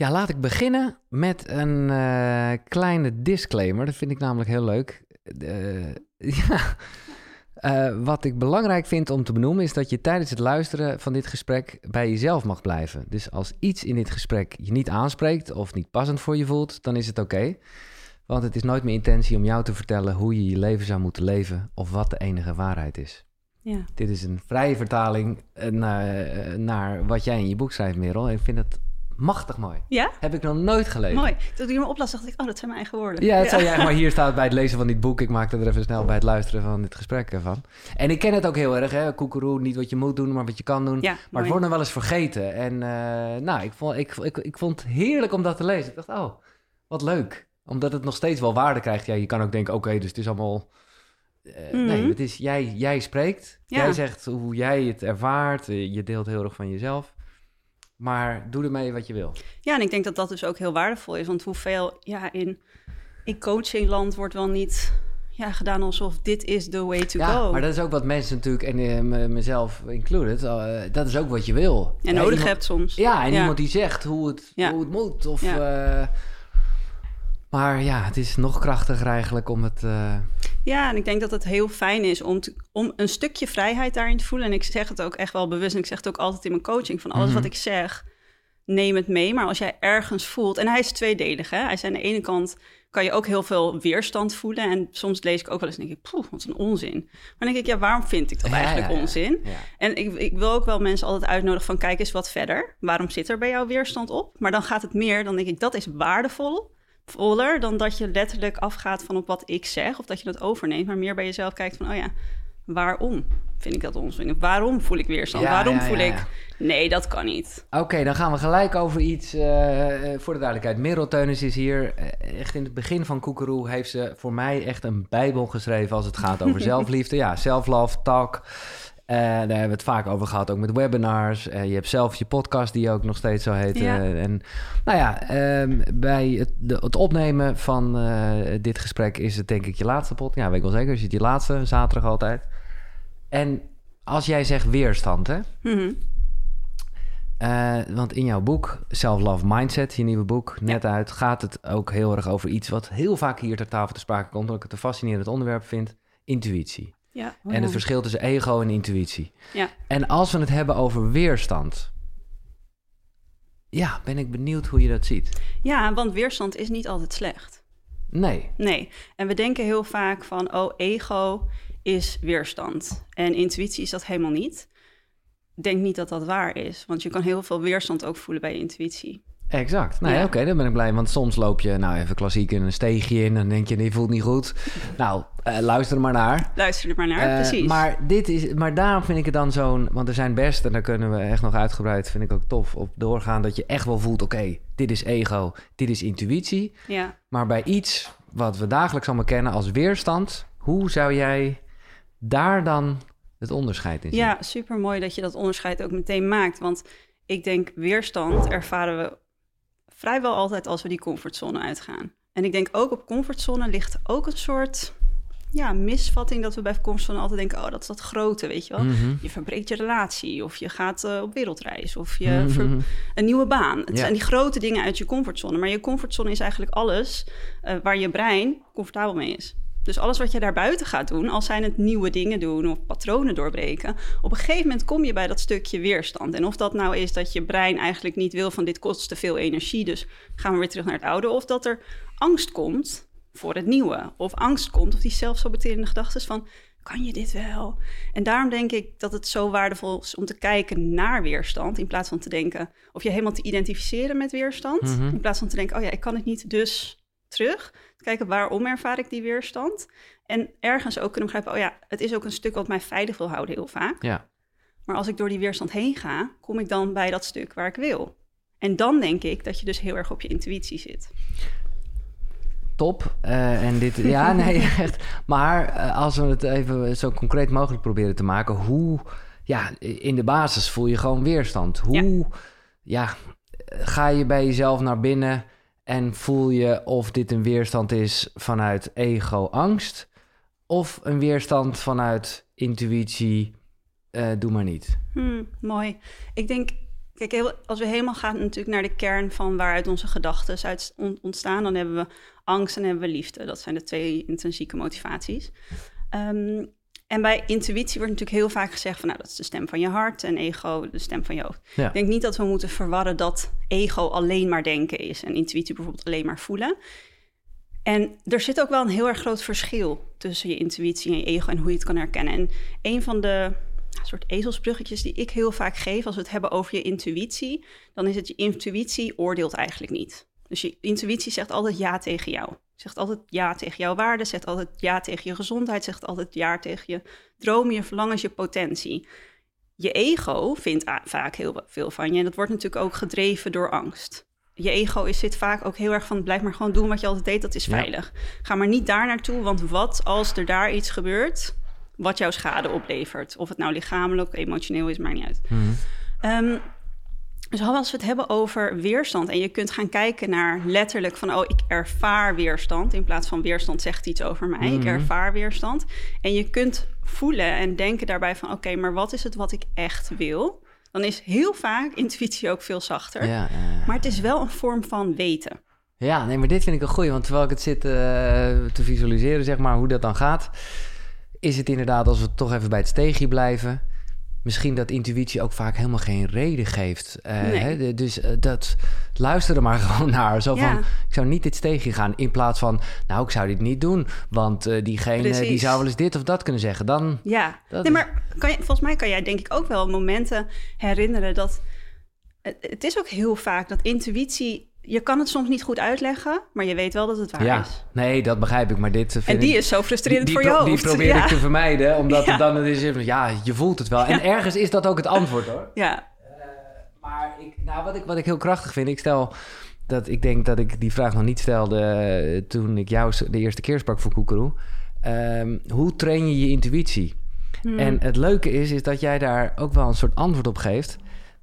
Ja, laat ik beginnen met een kleine disclaimer. Dat vind ik namelijk heel leuk. Wat ik belangrijk vind om te benoemen is dat je tijdens het luisteren van dit gesprek bij jezelf mag blijven. Dus als iets in dit gesprek je niet aanspreekt of niet passend voor je voelt, dan is het oké. Want het is nooit mijn intentie om jou te vertellen hoe je je leven zou moeten leven of wat de enige waarheid is. Ja. Dit is een vrije vertaling naar wat jij in je boek schrijft, Merel. En ik vind het machtig mooi. Ja? Heb ik nog nooit gelezen. Mooi. Toen ik me oplas, dacht ik, dat zijn mijn eigen woorden. Ja, dat zei jij, maar hier staat bij het lezen van dit boek. Ik maakte er even snel bij het luisteren van dit gesprek van. En ik ken het ook heel erg, hè. Koekeroe, niet wat je moet doen, maar wat je kan doen. Ja, maar mooi. het wordt nog wel eens vergeten. En ik vond het heerlijk om dat te lezen. Ik dacht, wat leuk. Omdat het nog steeds wel waarde krijgt. Ja, je kan ook denken, oké, dus het is allemaal... Nee, het is jij spreekt. Ja. Jij zegt hoe jij het ervaart. Je deelt heel erg van jezelf. Maar doe ermee wat je wil. Ja, en ik denk dat dat dus ook heel waardevol is. Want hoeveel in coachingland wordt wel niet gedaan alsof dit is the way to go. Ja, maar dat is ook wat mensen natuurlijk, en mezelf included, dat is ook wat je wil. En nodig hebt soms. Ja, en iemand die zegt hoe het moet. Of, maar ja, het is nog krachtiger eigenlijk om het... Ja, en ik denk dat het heel fijn is om een stukje vrijheid daarin te voelen. En ik zeg het ook echt wel bewust. En ik zeg het ook altijd in mijn coaching. Van alles wat ik zeg, neem het mee. Maar als jij ergens voelt... En hij is tweedelig, hè. Hij is aan de ene kant... kan je ook heel veel weerstand voelen. En soms lees ik ook wel eens en denk ik... wat een onzin. Maar dan denk ik, waarom vind ik dat eigenlijk onzin? Ja. En ik wil ook wel mensen altijd uitnodigen van... kijk eens wat verder. Waarom zit er bij jou weerstand op? Maar dan gaat het meer, dan denk ik, dat is waardevoller dan dat je letterlijk afgaat van op wat ik zeg... of dat je dat overneemt, maar meer bij jezelf kijkt van... waarom vind ik dat onzin? Waarom voel ik weerstand? Waarom voel ik... Nee, dat kan niet. Oké, dan gaan we gelijk over iets voor de duidelijkheid. Merel Teunis is hier. Echt in het begin van Koekeroe heeft ze voor mij echt een bijbel geschreven... als het gaat over zelfliefde. Ja, self-love, talk... daar hebben we het vaak over gehad, ook met webinars. Je hebt zelf je podcast die ook nog steeds zo heet. Ja. Bij het opnemen van dit gesprek is het denk ik je laatste podcast. Ja, weet ik wel zeker. Is het je laatste, zaterdag altijd. En als jij zegt weerstand, hè? Mm-hmm. Want in jouw boek, Self-Love Mindset, je nieuwe boek, net uit... gaat het ook heel erg over iets wat heel vaak hier ter tafel te sprake komt... omdat ik het een fascinerend onderwerp vind, intuïtie. Ja. En het verschil tussen ego en intuïtie. Ja. En als we het hebben over weerstand... ben ik benieuwd hoe je dat ziet. Ja, want weerstand is niet altijd slecht. Nee. En we denken heel vaak van... ego is weerstand. En intuïtie is dat helemaal niet. Ik denk niet dat dat waar is. Want je kan heel veel weerstand ook voelen bij je intuïtie. Exact. Oké, dan ben ik blij. Want soms loop je, even klassiek, een steegje in... en dan denk je, je voelt niet goed. Luister er maar naar. Precies. Maar daarom vind ik het dan zo'n... want er zijn best, en daar kunnen we echt nog uitgebreid... vind ik ook tof, op doorgaan... dat je echt wel voelt, oké, dit is ego, dit is intuïtie. Ja. Maar bij iets wat we dagelijks allemaal kennen als weerstand... hoe zou jij daar dan het onderscheid in zien? Ja, supermooi dat je dat onderscheid ook meteen maakt. Want ik denk, weerstand ervaren we vrijwel altijd als we die comfortzone uitgaan. En ik denk ook op comfortzone ligt ook een soort misvatting... dat we bij comfortzone altijd denken, dat is dat grote, weet je wel. Mm-hmm. Je verbreekt je relatie, of je gaat op wereldreis... of je een nieuwe baan. Het zijn die grote dingen uit je comfortzone. Maar je comfortzone is eigenlijk alles waar je brein comfortabel mee is. Dus alles wat je daarbuiten gaat doen, al zijn het nieuwe dingen doen of patronen doorbreken, op een gegeven moment kom je bij dat stukje weerstand. En of dat nou is dat je brein eigenlijk niet wil van dit kost te veel energie, dus gaan we weer terug naar het oude. Of dat er angst komt voor het nieuwe. Of angst komt, of die zelfsaboterende gedachten van, kan je dit wel? En daarom denk ik dat het zo waardevol is om te kijken naar weerstand, in plaats van te denken, of je helemaal te identificeren met weerstand, in plaats van te denken, ik kan het niet, dus terug. Kijken waarom ervaar ik die weerstand. En ergens ook kunnen begrijpen, het is ook een stuk wat mij veilig wil houden heel vaak. Ja. Maar als ik door die weerstand heen ga, kom ik dan bij dat stuk waar ik wil. En dan denk ik dat je dus heel erg op je intuïtie zit. Top. En dit, echt. Maar als we het even zo concreet mogelijk proberen te maken, hoe, in de basis voel je gewoon weerstand. Hoe, ga je bij jezelf naar binnen en voel je of dit een weerstand is vanuit ego-angst of een weerstand vanuit intuïtie, doe maar niet. Mooi. Ik denk kijk, als we helemaal gaan natuurlijk naar de kern van waaruit onze gedachten uit ontstaan, dan hebben we angst en hebben we liefde. Dat zijn de 2 intrinsieke motivaties. En bij intuïtie wordt natuurlijk heel vaak gezegd van, nou, dat is de stem van je hart en ego, de stem van je hoofd. Ja. Ik denk niet dat we moeten verwarren dat ego alleen maar denken is en intuïtie bijvoorbeeld alleen maar voelen. En er zit ook wel een heel erg groot verschil tussen je intuïtie en je ego en hoe je het kan herkennen. En een van de soort ezelsbruggetjes die ik heel vaak geef als we het hebben over je intuïtie, dan is het je intuïtie oordeelt eigenlijk niet. Dus je intuïtie zegt altijd ja tegen jou. Zegt altijd ja tegen jouw waarden, zegt altijd ja tegen je gezondheid, zegt altijd ja tegen je dromen, je verlangens, je potentie. Je ego vindt vaak heel veel van je en dat wordt natuurlijk ook gedreven door angst. Je ego zit vaak ook heel erg van, blijf maar gewoon doen wat je altijd deed, dat is veilig. Ga maar niet daar naartoe, want wat als er daar iets gebeurt wat jouw schade oplevert? Of het nou lichamelijk, emotioneel is, maakt niet uit. Dus als we het hebben over weerstand en je kunt gaan kijken naar letterlijk van, oh, ik ervaar weerstand, in plaats van weerstand zegt iets over mij, ik ervaar weerstand. En je kunt voelen en denken daarbij van, oké, maar wat is het wat ik echt wil? Dan is heel vaak intuïtie ook veel zachter. Ja. Maar het is wel een vorm van weten. Ja, nee, maar dit vind ik een goeie, want terwijl ik het zit te visualiseren, zeg maar, hoe dat dan gaat, is het inderdaad, als we toch even bij het steegje blijven, misschien dat intuïtie ook vaak helemaal geen reden geeft. Hè? Dus dat luister er maar gewoon naar. Zo van, ik zou niet dit steegje gaan, in plaats van, nou, ik zou dit niet doen, want diegene die zou wel eens dit of dat kunnen zeggen. Dan, maar volgens mij kan jij denk ik ook wel momenten herinneren dat het is ook heel vaak dat intuïtie, je kan het soms niet goed uitleggen, maar je weet wel dat het waar is. Nee, dat begrijp ik, maar dit en die is zo frustrerend voor je hoofd. Die probeer ik te vermijden, omdat het dan is, je voelt het wel. Ja. En ergens is dat ook het antwoord, hoor. Ja. Maar wat ik heel krachtig vind, ik denk dat ik die vraag nog niet stelde toen ik jou de eerste keer sprak voor Koekeroe. Hoe train je je intuïtie? En het leuke is dat jij daar ook wel een soort antwoord op geeft,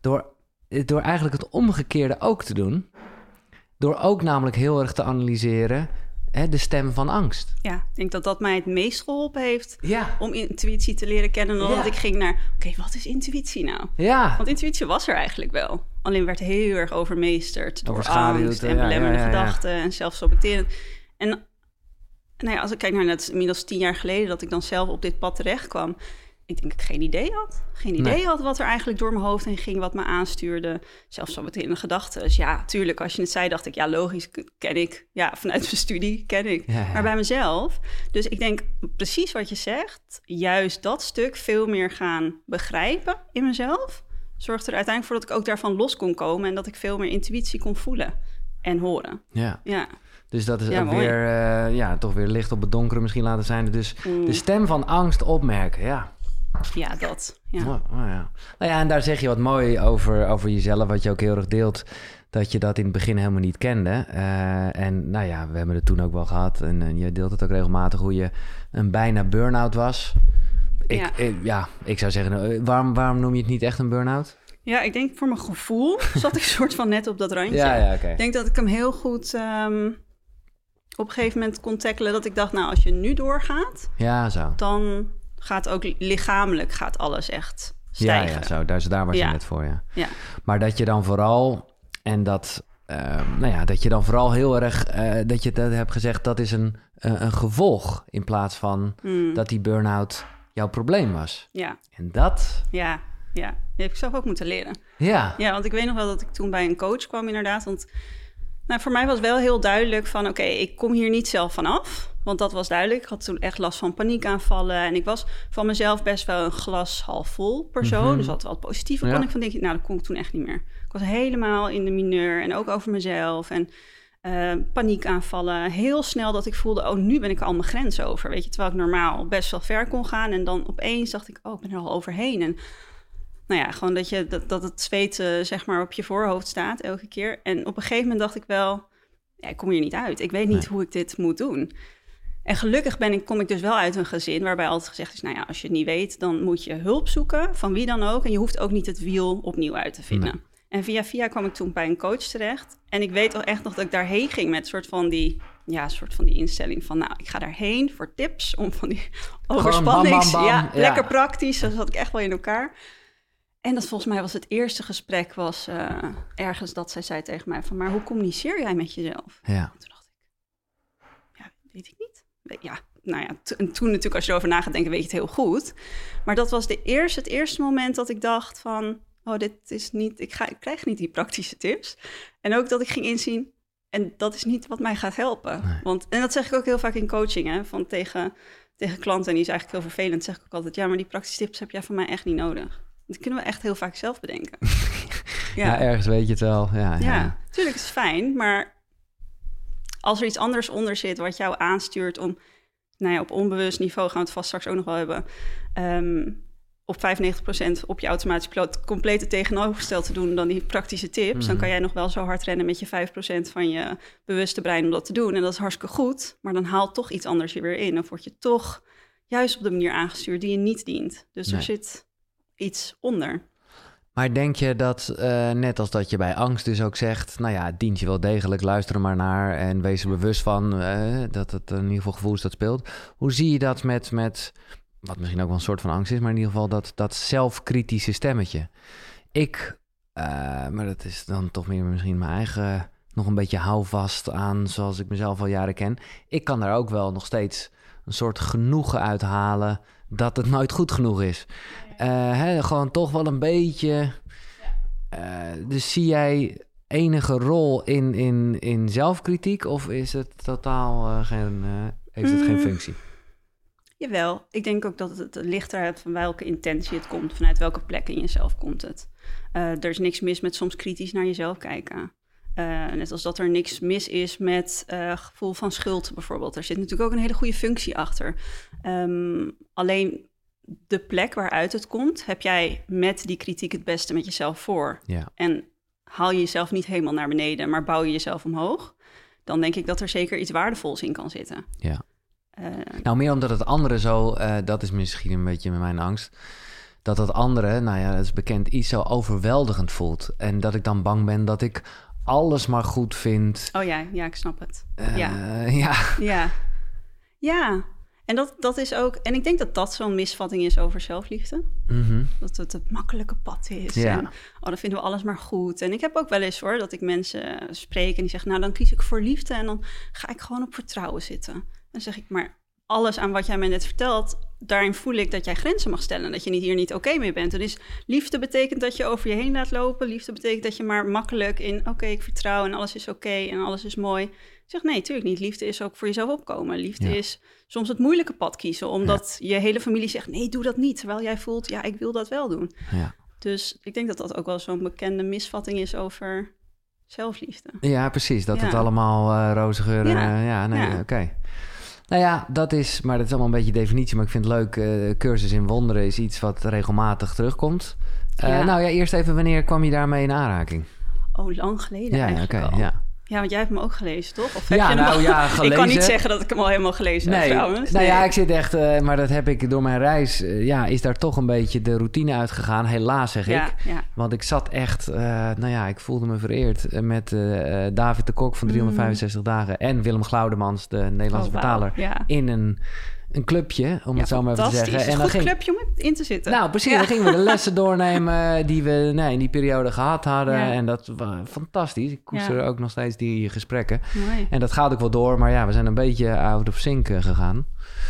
door eigenlijk het omgekeerde ook te doen. Door ook namelijk heel erg te analyseren de stem van angst. Ja, ik denk dat dat mij het meest geholpen heeft om intuïtie te leren kennen. Dan dat ik ging naar, oké, wat is intuïtie nou? Ja. Want intuïtie was er eigenlijk wel. Alleen werd heel erg overmeesterd door angst en belemmerende gedachten en zelfsaboterend. En nou ja, als ik kijk naar net inmiddels 10 jaar geleden dat ik dan zelf op dit pad terecht kwam, ik denk dat ik geen idee had. Geen idee had wat er eigenlijk door mijn hoofd heen ging, wat me aanstuurde. Zelfsaboterende gedachten. Dus ja, tuurlijk, als je het zei, dacht ik, ja, logisch, ken ik. Ja, vanuit mijn studie ken ik. Ja. Maar bij mezelf. Dus ik denk, precies wat je zegt, juist dat stuk veel meer gaan begrijpen in mezelf, zorgt er uiteindelijk voor dat ik ook daarvan los kon komen en dat ik veel meer intuïtie kon voelen en horen. Ja. Dus dat is ook weer, toch weer licht op het donkere misschien laten zijn. Dus de stem van angst opmerken, Ja, dat. Ja. Nou ja, en daar zeg je wat mooi over jezelf, wat je ook heel erg deelt, dat je dat in het begin helemaal niet kende. En nou ja, we hebben het toen ook wel gehad. En je deelt het ook regelmatig hoe je een bijna burn-out was. Ik zou zeggen, waarom noem je het niet echt een burn-out? Ja, ik denk voor mijn gevoel zat ik soort van net op dat randje. Ja, okay. Ik denk dat ik hem heel goed op een gegeven moment kon tackelen, dat ik dacht, nou, als je nu doorgaat, dan gaat ook lichamelijk gaat alles echt stijgen. Daar was je net voor, ja. Maar dat je dan vooral, en dat je dan vooral heel erg, dat je dat hebt gezegd, dat is een gevolg, in plaats van dat die burn-out jouw probleem was. Ja. En dat... Ja, die heb ik zelf ook moeten leren. Ja. Ja, want ik weet nog wel dat ik toen bij een coach kwam inderdaad, want voor mij was wel heel duidelijk van, oké, ik kom hier niet zelf vanaf. Want dat was duidelijk. Ik had toen echt last van paniekaanvallen. En ik was van mezelf best wel een glas half vol persoon. Dus wat wat positiever kon ik van denken. Nou, dat kon ik toen echt niet meer. Ik was helemaal in de mineur. En ook over mezelf. En paniekaanvallen. Heel snel dat ik voelde, nu ben ik al mijn grens over. Weet je, terwijl ik normaal best wel ver kon gaan. En dan opeens dacht ik, ik ben er al overheen. En nou ja, gewoon dat het zweet zeg maar op je voorhoofd staat elke keer. En op een gegeven moment dacht ik wel, ik kom hier niet uit. Ik weet niet hoe ik dit moet doen. En gelukkig kom ik dus wel uit een gezin waarbij altijd gezegd is, als je het niet weet, dan moet je hulp zoeken, van wie dan ook. En je hoeft ook niet het wiel opnieuw uit te vinden. Nee. En via kwam ik toen bij een coach terecht. En ik weet al echt nog dat ik daarheen ging met soort van die instelling van, ik ga daarheen voor tips om van die overspannings. Bam, bam, bam. Lekker praktisch. Zo zat ik echt wel in elkaar. En dat volgens mij was het eerste gesprek ergens dat zij zei tegen mij van... maar hoe communiceer jij met jezelf? Ja. En toen dacht ik, weet ik niet. Ja, nou ja, en toen natuurlijk als je erover na gaat denken, weet je het heel goed. Maar dat was het eerste moment dat ik dacht van... dit is niet, ik krijg niet die praktische tips. En ook dat ik ging inzien, en dat is niet wat mij gaat helpen. Nee. En dat zeg ik ook heel vaak in coaching, hè, van tegen klanten. En die is eigenlijk heel vervelend, zeg ik ook altijd... ja, maar die praktische tips heb jij van mij echt niet nodig. Dat kunnen we echt heel vaak zelf bedenken. Ja, ergens weet je het wel. Ja, tuurlijk is het fijn, maar als er iets anders onder zit wat jou aanstuurt om, op onbewust niveau, gaan we het vast straks ook nog wel hebben, op 95% op je automatische piloot compleet het tegenovergesteld te doen dan die praktische tips, dan kan jij nog wel zo hard rennen met je 5% van je bewuste brein om dat te doen. En dat is hartstikke goed, maar dan haalt toch iets anders je weer in. Of word je toch juist op de manier aangestuurd die je niet dient. Dus er zit iets onder. Maar denk je dat, net als dat je bij angst dus ook zegt... nou ja, het dient je wel degelijk, luister er maar naar... en wees er bewust van dat het in ieder geval gevoel is dat speelt. Hoe zie je dat met, wat misschien ook wel een soort van angst is... maar in ieder geval dat zelfkritische stemmetje? Maar dat is dan toch meer misschien mijn eigen... nog een beetje houvast aan zoals ik mezelf al jaren ken. Ik kan daar ook wel nog steeds een soort genoegen uithalen... dat het nooit goed genoeg is. Gewoon toch wel een beetje... Dus zie jij enige rol in zelfkritiek... of is het totaal heeft het geen functie? Jawel, ik denk ook dat het ligt eruit van welke intentie het komt... vanuit welke plek in jezelf komt het. Er is niks mis met soms kritisch naar jezelf kijken... net als dat er niks mis is met gevoel van schuld bijvoorbeeld. Er zit natuurlijk ook een hele goede functie achter. Alleen de plek waaruit het komt... heb jij met die kritiek het beste met jezelf voor. Ja. En haal je jezelf niet helemaal naar beneden... maar bouw je jezelf omhoog... dan denk ik dat er zeker iets waardevols in kan zitten. Ja. Meer omdat het andere zo... dat is misschien een beetje mijn angst... dat andere, dat is bekend... iets zo overweldigend voelt. En dat ik dan bang ben dat ik... alles maar goed vindt. Oh ja, ik snap het. Ja. En dat is ook... En ik denk dat dat zo'n misvatting is over zelfliefde. Mm-hmm. Dat het makkelijke pad is. Ja. En dan vinden we alles maar goed. En ik heb ook wel eens dat ik mensen spreek... en die zeggen, dan kies ik voor liefde... en dan ga ik gewoon op vertrouwen zitten. Dan zeg ik, maar alles aan wat jij mij net vertelt... daarin voel ik dat jij grenzen mag stellen... dat je hier niet oké mee bent. Dus liefde betekent dat je over je heen laat lopen. Liefde betekent dat je maar makkelijk in... oké, ik vertrouw en alles is oké en alles is mooi. Ik zeg, nee, natuurlijk niet. Liefde is ook voor jezelf opkomen. Liefde is soms het moeilijke pad kiezen... omdat je hele familie zegt, nee, doe dat niet. Terwijl jij voelt, ik wil dat wel doen. Ja. Dus ik denk dat dat ook wel zo'n bekende misvatting is over zelfliefde. Ja, precies. Dat het allemaal roze geuren... Oké. Nou ja, dat is allemaal een beetje definitie, maar ik vind het leuk. Cursus in wonderen is iets wat regelmatig terugkomt. Eerst even, wanneer kwam je daarmee in aanraking? Oh, lang geleden eigenlijk al. Ja, want jij hebt hem ook gelezen, toch? Of heb je hem gelezen. Ik kan niet zeggen dat ik hem al helemaal gelezen heb trouwens. Ik zit echt, maar dat heb ik door mijn reis... is daar toch een beetje de routine uitgegaan. Helaas, zeg ik. Ja. Want ik zat echt... ik voelde me vereerd met David de Kok van 365 dagen... en Willem Glaudemans, de Nederlandse vertaler... in een clubje, om het zo maar even te zeggen. En een goed clubje om in te zitten. Nou, precies. Dan gingen we de lessen doornemen die we in die periode gehad hadden. Ja. En dat was fantastisch. Ik koester ook nog steeds die gesprekken. Mooi. En dat gaat ook wel door. Maar we zijn een beetje out of sync gegaan.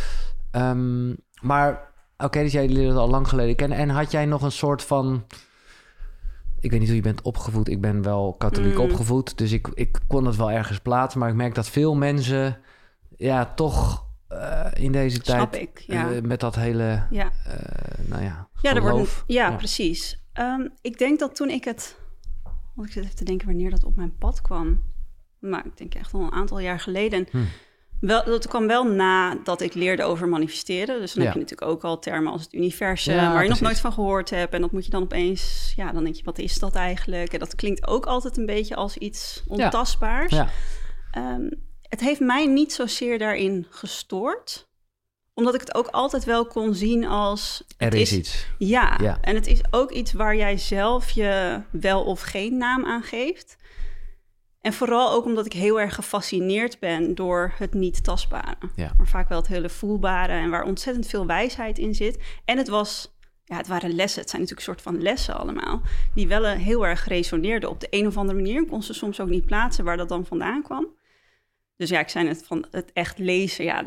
Maar dus jij leerde het al lang geleden kennen. En had jij nog een soort van... Ik weet niet hoe je bent opgevoed. Ik ben wel katholiek opgevoed. Dus ik kon het wel ergens plaatsen. Maar ik merk dat veel mensen... toch... in deze tijd, snap ik, met dat hele geloof. Precies. Ik denk dat toen ik het... Want ik zit even te denken wanneer dat op mijn pad kwam. Maar ik denk echt al een aantal jaar geleden. Dat kwam wel nadat ik leerde over manifesteren. Dus dan heb je natuurlijk ook al termen als het universum... waar je nog nooit van gehoord hebt. En dat moet je dan opeens... dan denk je, wat is dat eigenlijk? En dat klinkt ook altijd een beetje als iets ontastbaars. Ja. Het heeft mij niet zozeer daarin gestoord. Omdat ik het ook altijd wel kon zien als... Er is iets. Ja, en het is ook iets waar jij zelf je wel of geen naam aan geeft. En vooral ook omdat ik heel erg gefascineerd ben door het niet tastbare. Ja. Maar vaak wel het hele voelbare en waar ontzettend veel wijsheid in zit. En het was het waren lessen. Het zijn natuurlijk een soort van lessen allemaal. Die wel heel erg resoneerden op de een of andere manier. Ik kon ze soms ook niet plaatsen waar dat dan vandaan kwam. Dus ja, ik zei net van het echt lezen. Ja,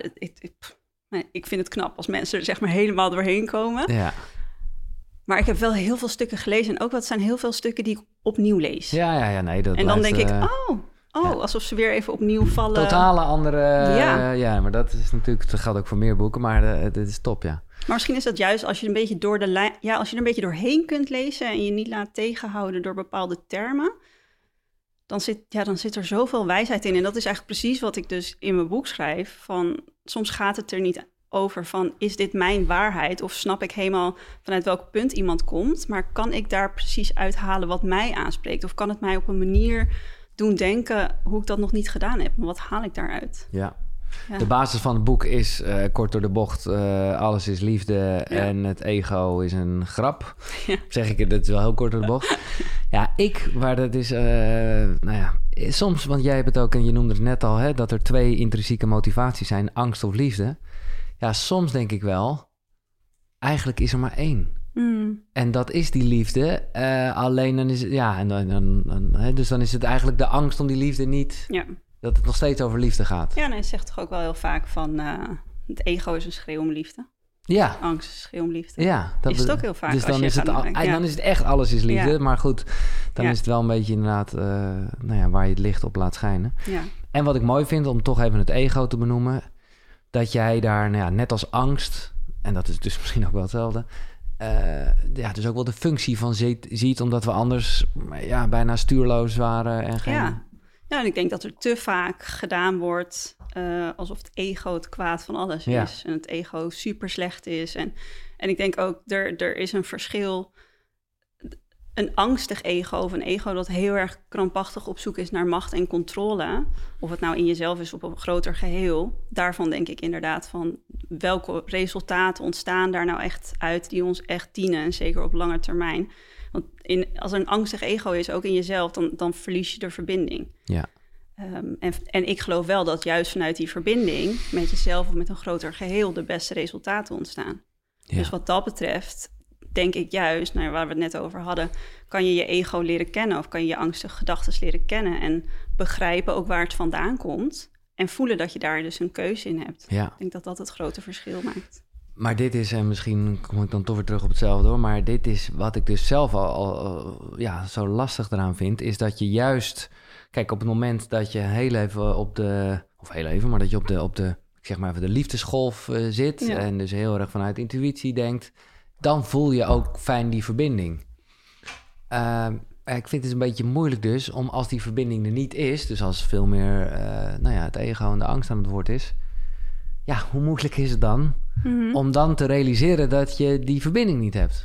ik vind het knap als mensen er zeg maar helemaal doorheen komen. Ja. Maar ik heb wel heel veel stukken gelezen. En ook wat zijn heel veel stukken die ik opnieuw lees. Ja, nee. Dat en dan blijft, denk ik, alsof ze weer even opnieuw vallen. Totale andere... Ja, maar dat is natuurlijk... Dat geldt ook voor meer boeken, maar het is top, ja. Maar misschien is dat juist als je een beetje door de lijn... Ja, als je er een beetje doorheen kunt lezen... en je niet laat tegenhouden door bepaalde termen... dan zit er zoveel wijsheid in. En dat is eigenlijk precies wat ik dus in mijn boek schrijf. Van, soms gaat het er niet over van... is dit mijn waarheid? Of snap ik helemaal vanuit welk punt iemand komt? Maar kan ik daar precies uithalen wat mij aanspreekt? Of kan het mij op een manier doen denken... hoe ik dat nog niet gedaan heb? Wat haal ik daaruit? Ja. De basis van het boek is, kort door de bocht, alles is liefde en het ego is een grap. Ja. Zeg ik het, dat is wel heel kort door de bocht. Maar dat is, soms, want jij hebt het ook en je noemde het net al, hè, dat er 2 intrinsieke motivaties zijn, angst of liefde. Ja, soms denk ik wel, eigenlijk is er maar 1. En dat is die liefde. Alleen dan is het, dus dan is het eigenlijk de angst om die liefde niet... Ja. Dat het nog steeds over liefde gaat. Ja, hij zegt toch ook wel heel vaak van... het ego is een schreeuw om liefde. Ja. Angst is een schreeuw om liefde. Ja. Dat is het ook heel vaak. Dus dan is het echt alles is liefde. Ja. Maar goed, dan is het wel een beetje inderdaad... waar je het licht op laat schijnen. Ja. En wat ik mooi vind, om toch even het ego te benoemen... dat jij daar, net als angst... en dat is dus misschien ook wel hetzelfde... dus ook wel de functie van ziet... omdat we anders bijna stuurloos waren en geen... Ja, en ik denk dat er te vaak gedaan wordt alsof het ego het kwaad van alles is. En het ego super slecht is. En ik denk ook, er is een verschil. Een angstig ego of een ego dat heel erg krampachtig op zoek is naar macht en controle. Of het nou in jezelf is of op een groter geheel. Daarvan denk ik inderdaad van welke resultaten ontstaan daar nou echt uit die ons echt dienen. En zeker op lange termijn. Want als er een angstig ego is, ook in jezelf, dan verlies je de verbinding. Ja. En ik geloof wel dat juist vanuit die verbinding met jezelf of met een groter geheel de beste resultaten ontstaan. Ja. Dus wat dat betreft, denk ik juist, waar we het net over hadden, kan je je ego leren kennen of kan je je angstige gedachten leren kennen en begrijpen ook waar het vandaan komt en voelen dat je daar dus een keuze in hebt. Ja. Ik denk dat dat het grote verschil maakt. Maar dit is, en misschien kom ik dan toch weer terug op hetzelfde hoor... maar dit is wat ik dus zelf al zo lastig eraan vind... is dat je juist... Kijk, op het moment dat je heel even op de... of heel even, maar dat je op de ik zeg maar even de liefdesgolf zit... Ja. En dus heel erg vanuit intuïtie denkt... dan voel je ook fijn die verbinding. Ik vind het een beetje moeilijk dus... om als die verbinding er niet is... dus als veel meer het ego en de angst aan het woord is... ja, hoe moeilijk is het dan... om dan te realiseren dat je die verbinding niet hebt?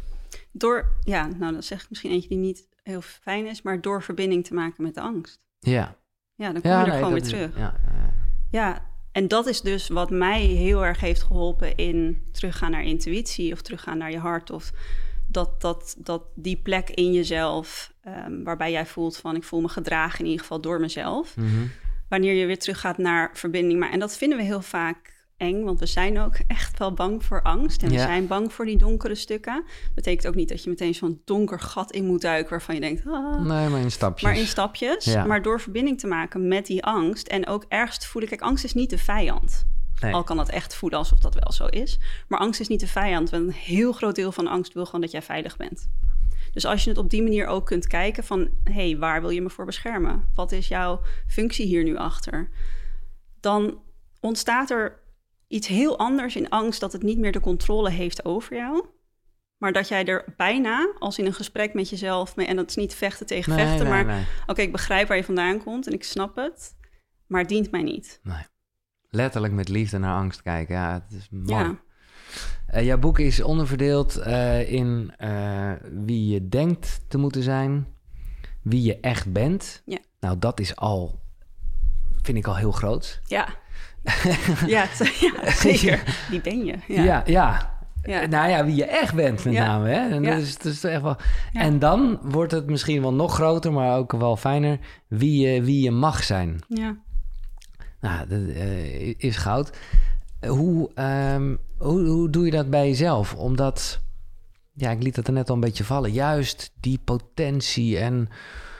Dan zeg ik misschien eentje die niet heel fijn is... maar door verbinding te maken met de angst. Ja. Ja, dan kom je er gewoon weer terug. Ja, en dat is dus wat mij heel erg heeft geholpen... in teruggaan naar intuïtie of teruggaan naar je hart... of dat die plek in jezelf... waarbij jij voelt van ik voel me gedragen in ieder geval door mezelf... wanneer je weer teruggaat naar verbinding. En dat vinden we heel vaak eng, want we zijn ook echt wel bang voor angst. En we zijn bang voor die donkere stukken. Betekent ook niet dat je meteen zo'n donker gat in moet duiken... waarvan je denkt... nee, maar in stapjes. Maar in stapjes. Ja. Maar door verbinding te maken met die angst... en ook ergens te voelen... Kijk, angst is niet de vijand. Nee. Al kan dat echt voelen alsof dat wel zo is. Maar angst is niet de vijand. Want een heel groot deel van angst wil gewoon dat jij veilig bent. Dus als je het op die manier ook kunt kijken van... hey, waar wil je me voor beschermen? Wat is jouw functie hier nu achter? Dan ontstaat er iets heel anders in angst... dat het niet meer de controle heeft over jou... maar dat jij er bijna, als in een gesprek met jezelf... en dat is niet vechten tegen vechten... maar oké, ik begrijp waar je vandaan komt en ik snap het... maar het dient mij niet. Nee. Letterlijk met liefde naar angst kijken, ja, het is mooi. Ja. Jouw boek is onderverdeeld in wie je denkt te moeten zijn... wie je echt bent. Ja. Nou, dat is al, vind ik al heel groot. Ja. Ja, zeker. Wie ben je? Ja. Nou ja, wie je echt bent met name. Hè? En dat is echt wel... Ja. En dan wordt het misschien wel nog groter, maar ook wel fijner... wie je mag zijn. Ja. Nou, dat is goud. Hoe doe je dat bij jezelf? Omdat ja, ik liet het er net al een beetje vallen. Juist die potentie en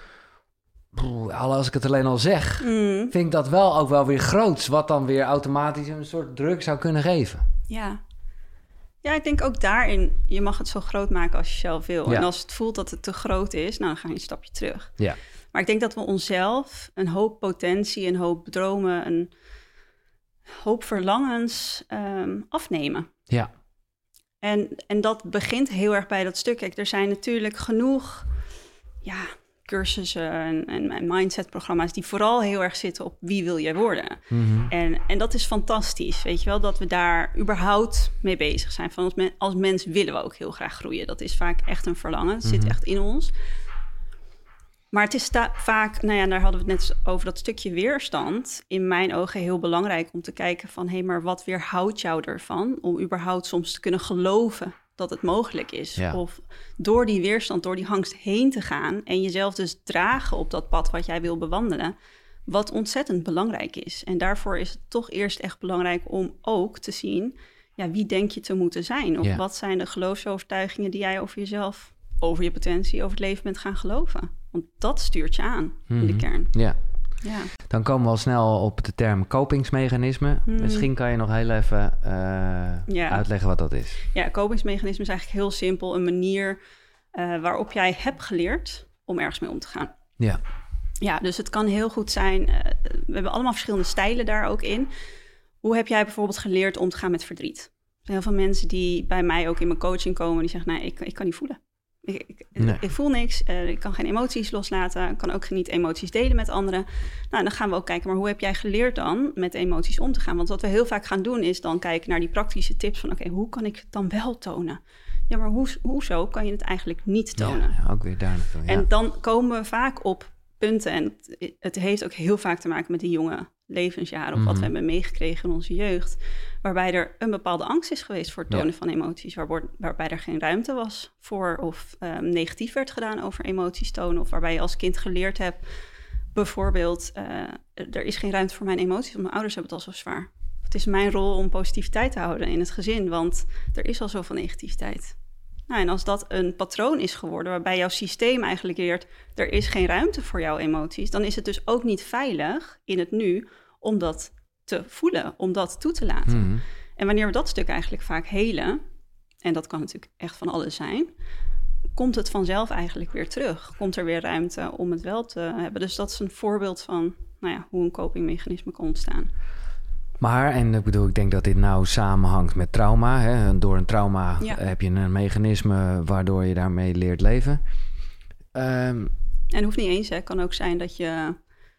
als ik het alleen al zeg, vind ik dat wel ook wel weer groots, wat dan weer automatisch een soort druk zou kunnen geven. Ja. Ja, ik denk ook daarin, je mag het zo groot maken als je zelf wil. Ja. En als het voelt dat het te groot is, nou, dan ga je een stapje terug. Ja. Maar ik denk dat we onszelf een hoop potentie, een hoop dromen, een hoop verlangens afnemen. Ja. En dat begint heel erg bij dat stuk. Kijk, er zijn natuurlijk genoeg cursussen en mindset-programma's die vooral heel erg zitten op wie wil jij worden. Mm-hmm. En dat is fantastisch, weet je wel, dat we daar überhaupt mee bezig zijn. Van als mens willen we ook heel graag groeien. Dat is vaak echt een verlangen, het zit echt in ons. Maar het is vaak, nou ja, daar hadden we het net over, dat stukje weerstand. In mijn ogen heel belangrijk om te kijken van, hé, maar wat weerhoudt jou ervan om überhaupt soms te kunnen geloven dat het mogelijk is. Ja. Of door die weerstand, door die angst heen te gaan en jezelf dus dragen op dat pad wat jij wil bewandelen, wat ontzettend belangrijk is. En daarvoor is het toch eerst echt belangrijk om ook te zien, ja, wie denk je te moeten zijn? Of wat zijn de geloofsovertuigingen die jij over jezelf, over je potentie, over het leven bent gaan geloven? Want dat stuurt je aan in de kern. Ja. Ja. Dan komen we al snel op de term kopingsmechanisme. Misschien kan je nog heel even uitleggen wat dat is. Ja, kopingsmechanisme is eigenlijk heel simpel. Een manier waarop jij hebt geleerd om ergens mee om te gaan. Ja. Ja, dus het kan heel goed zijn. We hebben allemaal verschillende stijlen daar ook in. Hoe heb jij bijvoorbeeld geleerd om te gaan met verdriet? Er zijn heel veel mensen die bij mij ook in mijn coaching komen, die zeggen, nee, ik kan niet voelen. Ik voel niks, ik kan geen emoties loslaten, ik kan ook niet emoties delen met anderen. Nou, dan gaan we ook kijken, maar hoe heb jij geleerd dan met emoties om te gaan? Want wat we heel vaak gaan doen is dan kijken naar die praktische tips van, oké, hoe kan ik het dan wel tonen? Ja, maar hoezo kan je het eigenlijk niet tonen? Ja, ook weer daar naartoe. Ja. En dan komen we vaak op punten, en het heeft ook heel vaak te maken met die jonge levensjaren, of wat we hebben meegekregen in onze jeugd, waarbij er een bepaalde angst is geweest voor het tonen van emoties, waarbij er geen ruimte was voor, of negatief werd gedaan over emoties tonen, of waarbij je als kind geleerd hebt, bijvoorbeeld, er is geen ruimte voor mijn emoties, want mijn ouders hebben het al zo zwaar. Het is mijn rol om positiviteit te houden in het gezin, want er is al zoveel negativiteit. Nou, en als dat een patroon is geworden waarbij jouw systeem eigenlijk leert, er is geen ruimte voor jouw emoties, dan is het dus ook niet veilig in het nu om dat te voelen, om dat toe te laten. En wanneer we dat stuk eigenlijk vaak helen, en dat kan natuurlijk echt van alles zijn, komt het vanzelf eigenlijk weer terug. Komt er weer ruimte om het wel te hebben. Dus dat is een voorbeeld van hoe een copingmechanisme kan ontstaan. Maar, en ik denk dat dit nou samenhangt met trauma. Hè? Door een trauma heb je een mechanisme waardoor je daarmee leert leven. En het hoeft niet eens, hè. Het kan ook zijn dat je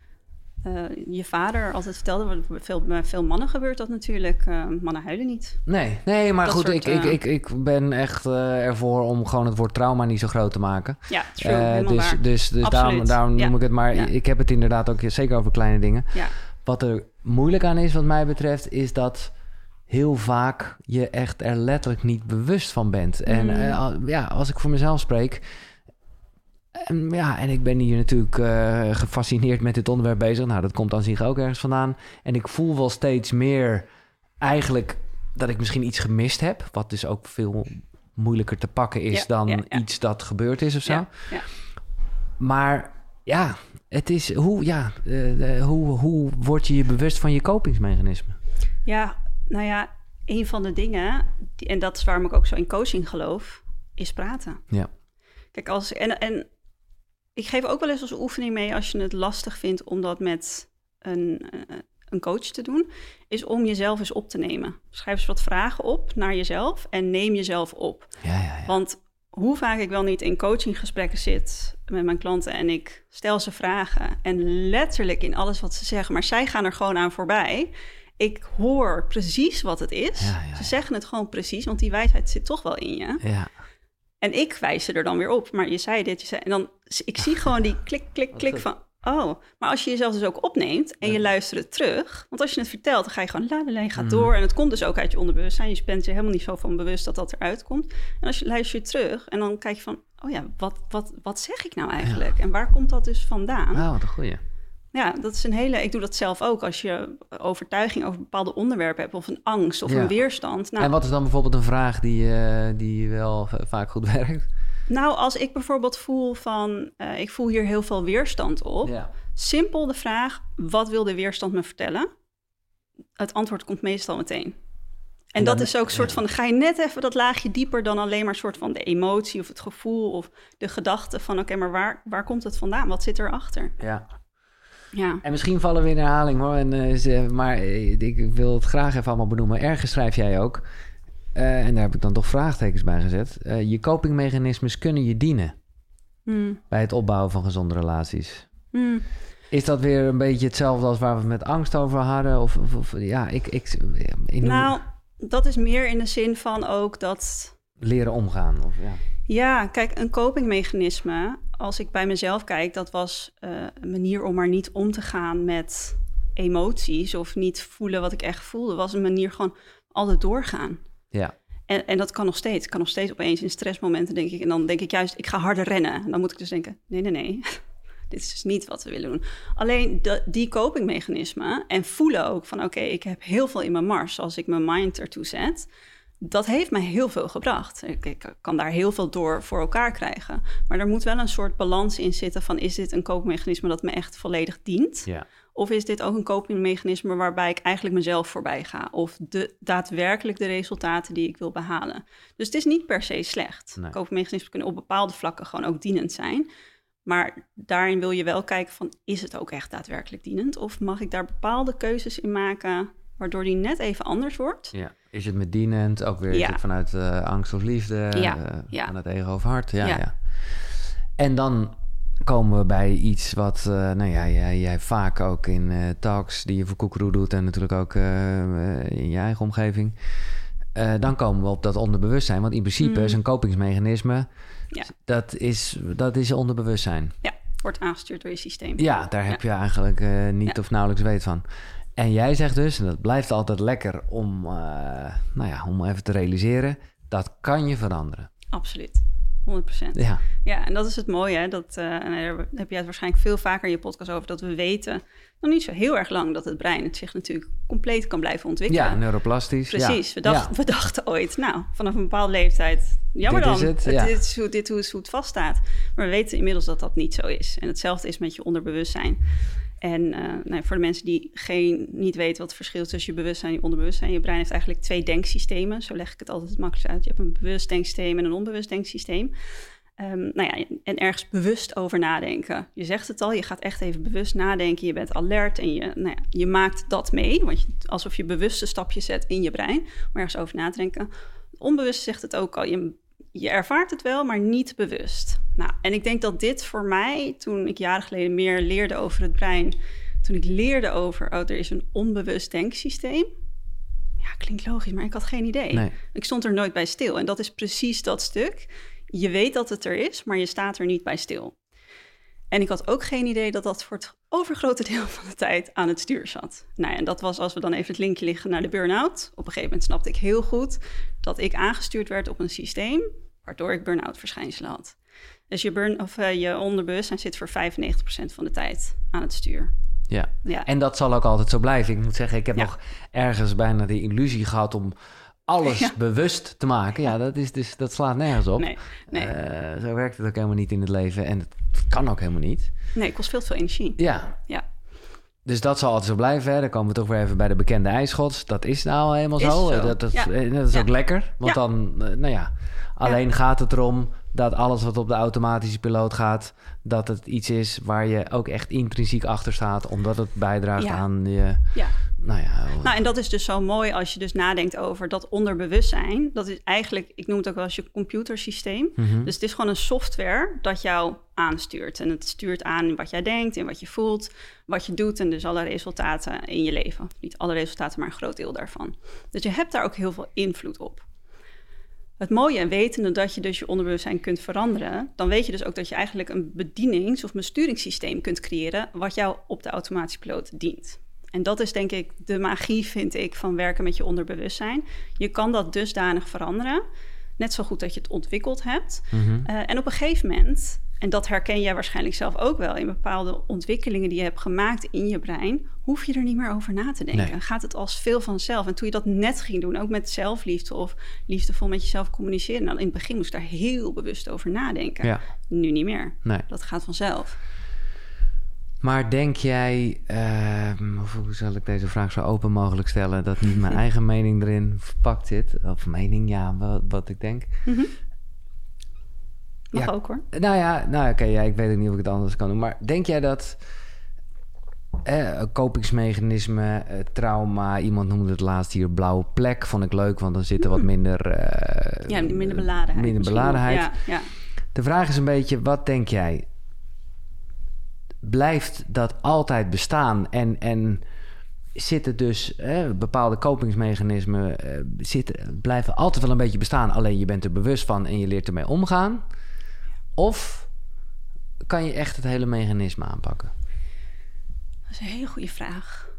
vader altijd vertelde, bij veel mannen gebeurt dat natuurlijk. Mannen huilen niet. Nee, maar dat goed, soort, ik ben echt ervoor om gewoon het woord trauma niet zo groot te maken. Ja, true, helemaal waar. Dus daarom noem ik het. Maar ik heb het inderdaad ook zeker over kleine dingen. Ja. Wat er moeilijk aan is, wat mij betreft, is dat heel vaak je echt er letterlijk niet bewust van bent. En als ik voor mezelf spreek, en ik ben hier natuurlijk gefascineerd met dit onderwerp bezig. Nou, dat komt aan zich ook ergens vandaan. En ik voel wel steeds meer eigenlijk dat ik misschien iets gemist heb, wat dus ook veel moeilijker te pakken is dan iets dat gebeurd is of zo. Ja. Maar ja, het is hoe word je bewust van je kopingsmechanisme? Ja, nou ja, een van de dingen, en dat is waarom ik ook zo in coaching geloof, is praten. Ja. Kijk, en ik geef ook wel eens als oefening mee, als je het lastig vindt om dat met een coach te doen, is om jezelf eens op te nemen. Schrijf eens wat vragen op naar jezelf en neem jezelf op. Ja. Want hoe vaak ik wel niet in coachinggesprekken zit met mijn klanten en ik stel ze vragen en letterlijk in alles wat ze zeggen, maar zij gaan er gewoon aan voorbij. Ik hoor precies wat het is. Ja. Ze zeggen het gewoon precies, want die wijsheid zit toch wel in je. Ja. En ik wijs ze er dan weer op. Maar je zei dit, en dan ik zie gewoon die klik van, oh. Maar als je jezelf dus ook opneemt en je luistert het terug, want als je het vertelt, dan ga je gewoon je gaat door. En het komt dus ook uit je onderbewustzijn. Je bent er helemaal niet zo van bewust dat dat eruit komt. En als je luistert terug en dan kijk je van, oh ja, wat zeg ik nou eigenlijk? Ja. En waar komt dat dus vandaan? Wat een goeie. Ja, dat is een hele... Ik doe dat zelf ook als je overtuiging over bepaalde onderwerpen hebt... of een angst of een weerstand. Nou, en wat is dan bijvoorbeeld een vraag die wel vaak goed werkt? Nou, als ik bijvoorbeeld voel van... ik voel hier heel veel weerstand op. Ja. Simpel de vraag, wat wil de weerstand me vertellen? Het antwoord komt meestal meteen. En dat is ook een soort van... Ga je net even dat laagje dieper dan alleen maar... soort van de emotie of het gevoel of de gedachte van... Oké, maar waar komt het vandaan? Wat zit erachter? Ja. En misschien vallen we in herhaling hoor. Maar ik wil het graag even allemaal benoemen. Ergens schrijf jij ook... en daar heb ik dan toch vraagtekens bij gezet. Je copingmechanismes kunnen je dienen... bij het opbouwen van gezonde relaties. Is dat weer een beetje hetzelfde als waar we het met angst over hadden? Nou, dat is meer in de zin van ook dat... Leren omgaan. Ja, kijk, een copingmechanisme... Als ik bij mezelf kijk, dat was een manier om maar niet om te gaan met emoties... of niet voelen wat ik echt voelde. Was een manier gewoon altijd doorgaan. Ja. En dat kan nog steeds. Ik kan nog steeds opeens in stressmomenten, denk ik... en dan denk ik juist, ik ga harder rennen. En dan moet ik dus denken, nee... Dit is dus niet wat we willen doen. Alleen die copingmechanismen en voelen ook van... oké, ik heb heel veel in mijn mars als ik mijn mind ertoe zet. Dat heeft mij heel veel gebracht. Ik kan daar heel veel door voor elkaar krijgen. Maar er moet wel een soort balans in zitten van... is dit een copingmechanisme dat me echt volledig dient? Ja. Of is dit ook een copingmechanisme waarbij ik eigenlijk mezelf voorbij ga? Of daadwerkelijk de resultaten die ik wil behalen? Dus het is niet per se slecht. Nee. Copingmechanismen kunnen op bepaalde vlakken gewoon ook dienend zijn... Maar daarin wil je wel kijken van, is het ook echt daadwerkelijk dienend? Of mag ik daar bepaalde keuzes in maken, waardoor die net even anders wordt? Ja. Is het met dienend? Ook weer is het vanuit angst of liefde? Vanuit ego of hart? Ja. En dan komen we bij iets wat jij vaak ook in talks die je voor Koekeroe doet... en natuurlijk ook in je eigen omgeving... dan komen we op dat onderbewustzijn. Want in principe is een kopingsmechanisme... Ja. Dat is je onderbewustzijn. Ja, wordt aangestuurd door je systeem. Ja, daar heb je eigenlijk niet of nauwelijks weet van. En jij zegt dus, en dat blijft altijd lekker om even te realiseren... dat kan je veranderen. Absoluut. 100%. Ja, en dat is het mooie, hè? En daar heb je het waarschijnlijk veel vaker in je podcast over... dat we weten nog niet zo heel erg lang dat het brein het zich natuurlijk compleet kan blijven ontwikkelen. Ja, neuroplastisch. Precies. We dachten ooit, vanaf een bepaalde leeftijd... Jammer dit dan, is het, dit is hoe het vaststaat. Maar we weten inmiddels dat dat niet zo is. En hetzelfde is met je onderbewustzijn. En voor de mensen die niet weten wat het verschil is tussen je bewustzijn en je onderbewustzijn... je brein heeft eigenlijk 2 denksystemen. Zo leg ik het altijd het makkelijkst uit. Je hebt een bewust denksysteem en een onbewust denksysteem. En ergens bewust over nadenken. Je zegt het al, je gaat echt even bewust nadenken. Je bent alert en je maakt dat mee. Want alsof je bewuste stapjes zet in je brein. Om ergens over na te denken. Onbewust zegt het ook al. Je ervaart het wel, maar niet bewust. En ik denk dat dit voor mij, toen ik jaren geleden meer leerde over het brein... toen ik leerde over, er is een onbewust denksysteem... Ja, klinkt logisch, maar ik had geen idee. Nee. Ik stond er nooit bij stil. En dat is precies dat stuk. Je weet dat het er is, maar je staat er niet bij stil. En ik had ook geen idee dat dat voor het overgrote deel van de tijd aan het stuur zat. En dat was, als we dan even het linkje liggen naar de burn-out. Op een gegeven moment snapte ik heel goed dat ik aangestuurd werd op een systeem... waardoor ik burn-out verschijnselen had. Dus je onderbewustzijn zit voor 95% van de tijd aan het stuur. Ja, en dat zal ook altijd zo blijven. Ik moet zeggen, ik heb nog ergens bijna de illusie gehad om alles bewust te maken. Ja, dat slaat nergens op. Nee. Zo werkt het ook helemaal niet in het leven. En het kan ook helemaal niet. Nee, het kost veel te veel energie. Ja. Dus dat zal altijd zo blijven. Hè. Dan komen we toch weer even bij de bekende ijsschots. Dat is nou helemaal zo. Dat is ook lekker. Want dan, alleen gaat het erom dat alles wat op de automatische piloot gaat... dat het iets is waar je ook echt intrinsiek achter staat... omdat het bijdraagt aan je... En dat is dus zo mooi als je dus nadenkt over dat onderbewustzijn. Dat is eigenlijk, ik noem het ook wel als je computersysteem. Mm-hmm. Dus het is gewoon een software dat jou aanstuurt. En het stuurt aan in wat jij denkt, in wat je voelt, wat je doet... en dus alle resultaten in je leven. Niet alle resultaten, maar een groot deel daarvan. Dus je hebt daar ook heel veel invloed op. Het mooie en wetende dat je dus je onderbewustzijn kunt veranderen... dan weet je dus ook dat je eigenlijk een bedienings- of besturingssysteem kunt creëren... wat jou op de automatische piloot dient. En dat is denk ik de magie, vind ik, van werken met je onderbewustzijn. Je kan dat dusdanig veranderen. Net zo goed dat je het ontwikkeld hebt. Mm-hmm. En op een gegeven moment en dat herken jij waarschijnlijk zelf ook wel... in bepaalde ontwikkelingen die je hebt gemaakt in je brein... hoef je er niet meer over na te denken. Nee. Gaat het als veel vanzelf. En toen je dat net ging doen, ook met zelfliefde... of liefdevol met jezelf communiceren... nou, in het begin moest ik daar heel bewust over nadenken. Ja. Nu niet meer. Nee. Dat gaat vanzelf. Maar denk jij... hoe zal ik deze vraag zo open mogelijk stellen... dat niet mijn eigen mening erin verpakt zit? Of mening, ja, wat ik denk... Mm-hmm. Mag Ja, ook hoor. Oké, ik weet ook niet of ik het anders kan doen. Maar denk jij dat kopingsmechanisme, trauma... iemand noemde het laatst hier blauwe plek, vond ik leuk... want dan zit er wat minder... minder beladenheid. Minder beladenheid. Ja. De vraag is een beetje, wat denk jij? Blijft dat altijd bestaan? En zitten dus bepaalde kopingsmechanismen... blijven altijd wel een beetje bestaan... alleen je bent er bewust van en je leert ermee omgaan... Of kan je echt het hele mechanisme aanpakken? Dat is een hele goede vraag.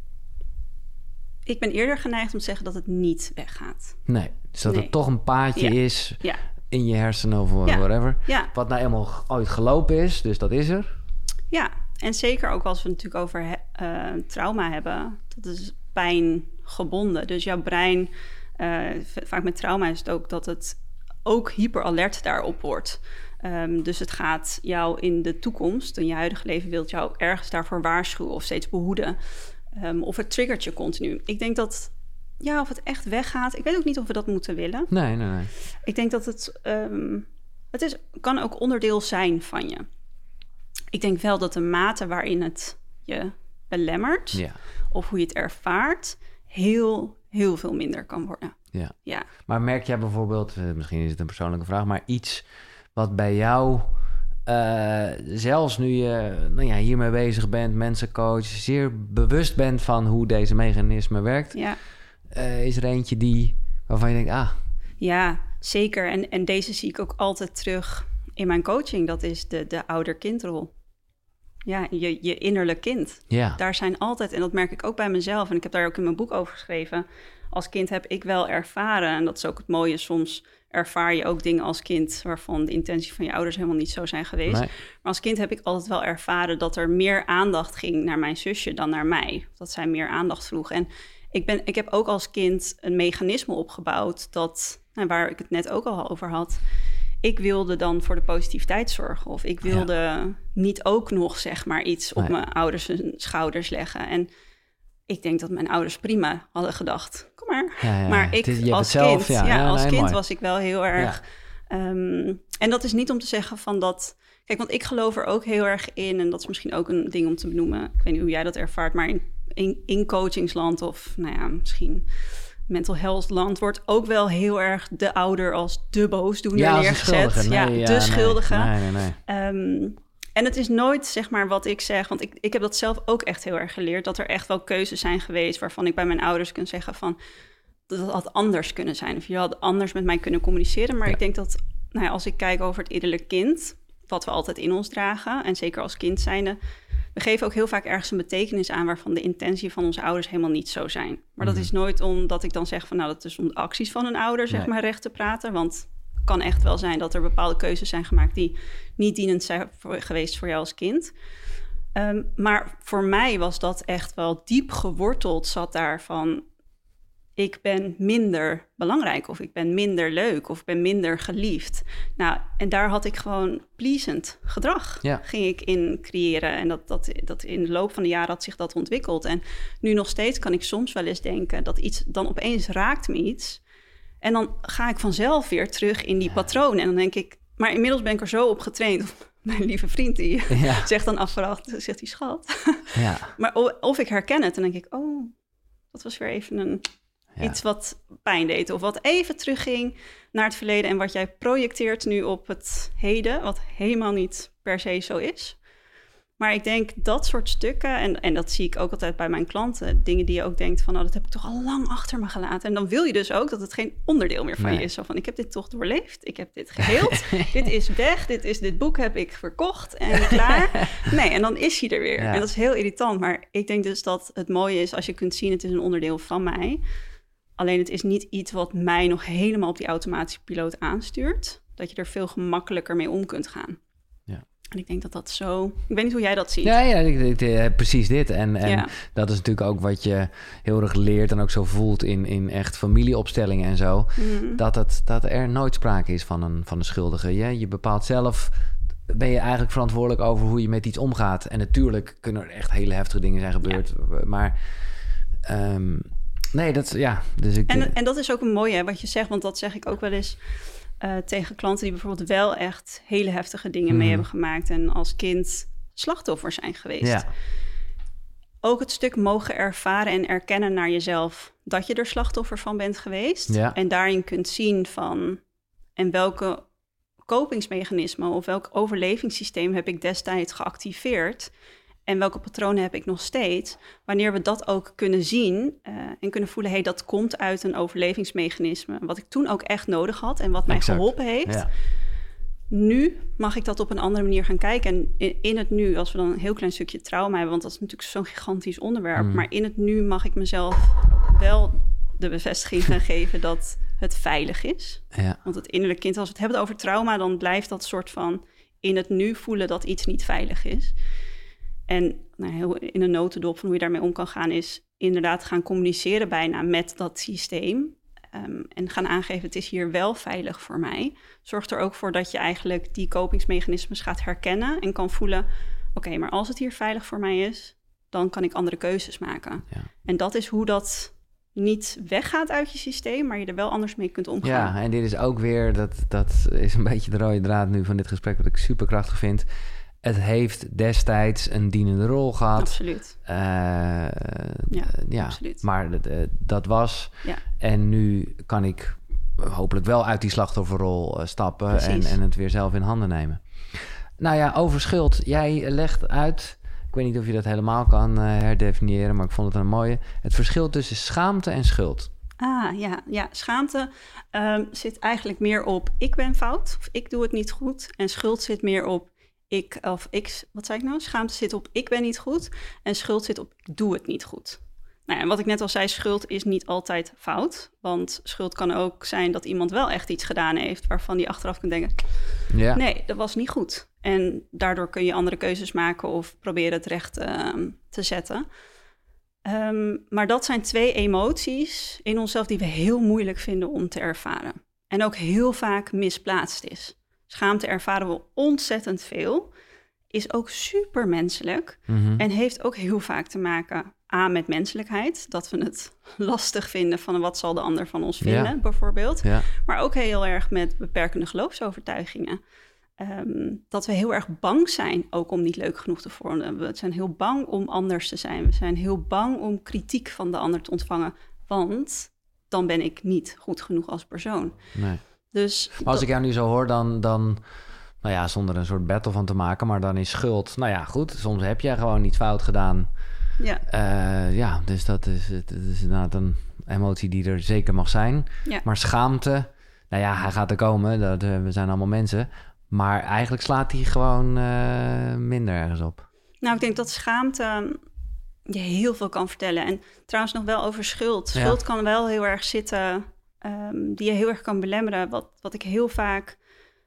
Ik ben eerder geneigd om te zeggen dat het niet weggaat. Nee, dus dat het toch een paadje is in je hersenen of whatever. Ja. Wat nou eenmaal ooit gelopen is, dus dat is er. Ja, en zeker ook als we het natuurlijk over trauma hebben. Dat is pijn gebonden. Dus jouw brein, vaak met trauma is het ook dat het ook hyperalert daarop wordt... Dus het gaat jou in de toekomst, in je huidige leven... wilt jou ergens daarvoor waarschuwen of steeds behoeden. Of het triggert je continu. Ik denk dat, of het echt weggaat... Ik weet ook niet of we dat moeten willen. Nee. Ik denk dat het kan ook onderdeel zijn van je. Ik denk wel dat de mate waarin het je belemmert... Ja. of hoe je het ervaart... heel, heel veel minder kan worden. Ja. Maar merk jij bijvoorbeeld... misschien is het een persoonlijke vraag... maar iets... wat bij jou, zelfs nu je hiermee bezig bent, mensencoach, zeer bewust bent van hoe deze mechanisme werkt, is er eentje waarvan je denkt, Ja, zeker. En deze zie ik ook altijd terug in mijn coaching. Dat is de ouder-kindrol. Ja, je innerlijk kind. Ja. Daar zijn altijd, en dat merk ik ook bij mezelf, en ik heb daar ook in mijn boek over geschreven, als kind heb ik wel ervaren, en dat is ook het mooie, soms ervaar je ook dingen als kind waarvan de intentie van je ouders helemaal niet zo zijn geweest. Nee. Maar als kind heb ik altijd wel ervaren dat er meer aandacht ging naar mijn zusje dan naar mij. Dat zij meer aandacht vroeg. En ik heb ook als kind een mechanisme opgebouwd dat, waar ik het net ook al over had, ik wilde dan voor de positiviteit zorgen. Of ik wilde niet ook nog, zeg maar, iets op mijn ouders schouders leggen. En ik denk dat mijn ouders prima hadden gedacht, kom maar. Maar ik als kind, als kind was ik wel heel erg... en dat is niet om te zeggen van dat... Kijk, want ik geloof er ook heel erg in... en dat is misschien ook een ding om te benoemen. Ik weet niet hoe jij dat ervaart, maar in coachingsland... of misschien mental health land... wordt ook wel heel erg de ouder als de boosdoener neergezet. De schuldige. Nee. En het is nooit, zeg maar, wat ik zeg... want ik heb dat zelf ook echt heel erg geleerd... dat er echt wel keuzes zijn geweest... waarvan ik bij mijn ouders kan zeggen van... dat had anders kunnen zijn. Of je had anders met mij kunnen communiceren. Maar ik denk dat, als ik kijk over het innerlijk kind... wat we altijd in ons dragen... en zeker als kind zijnde... we geven ook heel vaak ergens een betekenis aan... waarvan de intentie van onze ouders helemaal niet zo zijn. Maar dat is nooit omdat ik dan zeg van... dat is om de acties van een ouder, zeg maar, recht te praten. Want... kan echt wel zijn dat er bepaalde keuzes zijn gemaakt... die niet dienend zijn geweest voor jou als kind. Maar voor mij was dat echt wel diep geworteld... zat daar van... ik ben minder belangrijk... of ik ben minder leuk... of ik ben minder geliefd. Nou, en daar had ik gewoon pleasend gedrag... ging ik in creëren. En dat in de loop van de jaren had zich dat ontwikkeld. En nu nog steeds kan ik soms wel eens denken... dat iets dan opeens raakt me iets... En dan ga ik vanzelf weer terug in die patroon. En dan denk ik... Maar inmiddels ben ik er zo op getraind. Mijn lieve vriend die zegt dan afvracht... zegt die schat. Maar of ik herken het, dan denk ik... dat was weer even iets wat pijn deed. Of wat even terugging naar het verleden... en wat jij projecteert nu op het heden... wat helemaal niet per se zo is... Maar ik denk dat soort stukken, en dat zie ik ook altijd bij mijn klanten... dingen die je ook denkt van, dat heb ik toch al lang achter me gelaten. En dan wil je dus ook dat het geen onderdeel meer van je is. Zo van, ik heb dit toch doorleefd, ik heb dit geheeld, dit is weg, dit boek heb ik verkocht en klaar. Nee, en dan is hij er weer. Ja. En dat is heel irritant, maar ik denk dus dat het mooie is... als je kunt zien, het is een onderdeel van mij. Alleen het is niet iets wat mij nog helemaal op die automatische piloot aanstuurt. Dat je er veel gemakkelijker mee om kunt gaan. En ik denk dat dat zo... Ik weet niet hoe jij dat ziet. Ja, precies dit. En Ja. dat is natuurlijk ook wat je heel erg leert en ook zo voelt in echt familieopstellingen en zo. Dat er nooit sprake is van een schuldige. Je bepaalt zelf, ben je eigenlijk verantwoordelijk over hoe je met iets omgaat. En natuurlijk kunnen er echt hele heftige dingen zijn gebeurd. Ja. Maar nee, dat ja. Dus en dat is ook een mooie, hè, wat je zegt, want dat zeg ik ook wel eens... tegen klanten die bijvoorbeeld wel echt hele heftige dingen mee hebben gemaakt... en als kind slachtoffer zijn geweest. Ja. Ook het stuk mogen ervaren en erkennen naar jezelf... dat je er slachtoffer van bent geweest. Ja. En daarin kunt zien van... en welke kopingsmechanismen of welk overlevingssysteem heb ik destijds geactiveerd... en welke patronen heb ik nog steeds... wanneer we dat ook kunnen zien en kunnen voelen... hey, dat komt uit een overlevingsmechanisme... wat ik toen ook echt nodig had en wat mij geholpen heeft. Ja. Nu mag ik dat op een andere manier gaan kijken. En in het nu, als we dan een heel klein stukje trauma hebben... want dat is natuurlijk zo'n gigantisch onderwerp... maar in het nu mag ik mezelf wel de bevestiging gaan geven... dat het veilig is. Ja. Want het innerlijke kind, als we het hebben over trauma... dan blijft dat soort van in het nu voelen dat iets niet veilig is... En heel in een notendop van hoe je daarmee om kan gaan... is inderdaad gaan communiceren bijna met dat systeem. En gaan aangeven, het is hier wel veilig voor mij. Zorgt er ook voor dat je eigenlijk die kopingsmechanismes gaat herkennen... en kan voelen, oké, maar als het hier veilig voor mij is... dan kan ik andere keuzes maken. Ja. En dat is hoe dat niet weggaat uit je systeem... maar je er wel anders mee kunt omgaan. Ja, en dit is ook weer, dat is een beetje de rode draad nu van dit gesprek... wat ik superkrachtig vind... Het heeft destijds een dienende rol gehad. Absoluut. Absoluut. Maar dat was. Ja. En nu kan ik hopelijk wel uit die slachtofferrol stappen... en het weer zelf in handen nemen. Nou ja, over schuld. Jij legt uit... Ik weet niet of je dat helemaal kan herdefiniëren... maar ik vond het een mooie. Het verschil tussen schaamte en schuld. Ja. Schaamte zit eigenlijk meer op... ik ben fout of ik doe het niet goed. En schuld zit meer op... wat zei ik nou? Schaamte zit op ik ben niet goed en schuld zit op ik doe het niet goed. Nou ja, en wat ik net al zei, schuld is niet altijd fout. Want schuld kan ook zijn dat iemand wel echt iets gedaan heeft... waarvan die achteraf kunt denken, nee, dat was niet goed. En daardoor kun je andere keuzes maken of proberen het recht te zetten. Maar dat zijn twee emoties in onszelf die we heel moeilijk vinden om te ervaren. En ook heel vaak misplaatst is. Schaamte ervaren we ontzettend veel. Is ook super menselijk. En heeft ook heel vaak te maken met menselijkheid. Dat we het lastig vinden van wat zal de ander van ons vinden, bijvoorbeeld. Ja. Maar ook heel erg met beperkende geloofsovertuigingen. Dat we heel erg bang zijn ook om niet leuk genoeg te worden. We zijn heel bang om anders te zijn. We zijn heel bang om kritiek van de ander te ontvangen. Want dan ben ik niet goed genoeg als persoon. Nee. Dus maar als ik jou nu zo hoor, dan, nou ja, zonder een soort battle van te maken, maar dan is schuld, nou ja, goed, soms heb jij gewoon iets fout gedaan. Ja. Dus dat is inderdaad een emotie die er zeker mag zijn. Ja. Maar schaamte, nou ja, hij gaat er komen, we zijn allemaal mensen, maar eigenlijk slaat hij gewoon minder ergens op. Nou, ik denk dat schaamte je heel veel kan vertellen. En trouwens nog wel over schuld. Schuld kan wel heel erg zitten... die je heel erg kan belemmeren. Wat ik heel vaak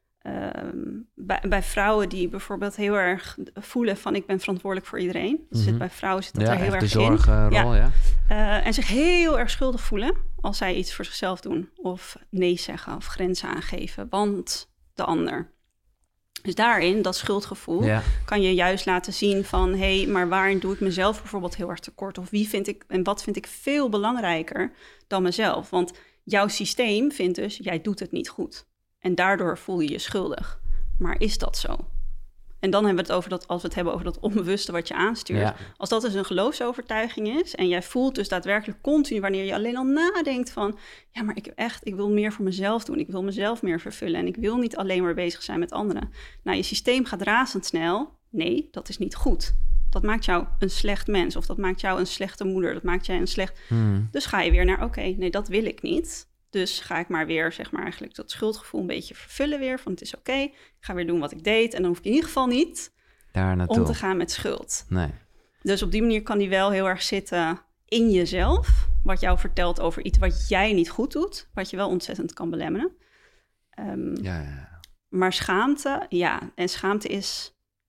bij vrouwen die bijvoorbeeld heel erg voelen van ik ben verantwoordelijk voor iedereen. Dus bij vrouwen zit dat er heel erg de zorgrol, in. En zich heel erg schuldig voelen als zij iets voor zichzelf doen. Of nee zeggen of grenzen aangeven, want de ander. Dus daarin, dat schuldgevoel, kan je juist laten zien van... hé, maar waarin doe ik mezelf bijvoorbeeld heel erg tekort? Of wie vind ik en wat vind ik veel belangrijker dan mezelf? Want jouw systeem vindt dus, jij doet het niet goed. En daardoor voel je je schuldig. Maar is dat zo? En dan hebben we het over dat, als we het hebben over dat onbewuste wat je aanstuurt. Ja. Als dat dus een geloofsovertuiging is... en jij voelt dus daadwerkelijk continu wanneer je alleen al nadenkt van... ja, maar ik wil meer voor mezelf doen. Ik wil mezelf meer vervullen. En ik wil niet alleen maar bezig zijn met anderen. Nou, je systeem gaat razendsnel. Nee, dat is niet goed. Dat maakt jou een slecht mens. Of dat maakt jou een slechte moeder. Dat maakt jij een slecht... Dus ga je weer naar, oké, nee, dat wil ik niet... Dus ga ik maar weer, zeg maar, eigenlijk dat schuldgevoel een beetje vervullen weer. Van het is oké, ik ga weer doen wat ik deed. En dan hoef ik in ieder geval niet om te gaan met schuld. Nee. Dus op die manier kan die wel heel erg zitten in jezelf. Wat jou vertelt over iets wat jij niet goed doet. Wat je wel ontzettend kan belemmeren. Maar schaamte, en schaamte is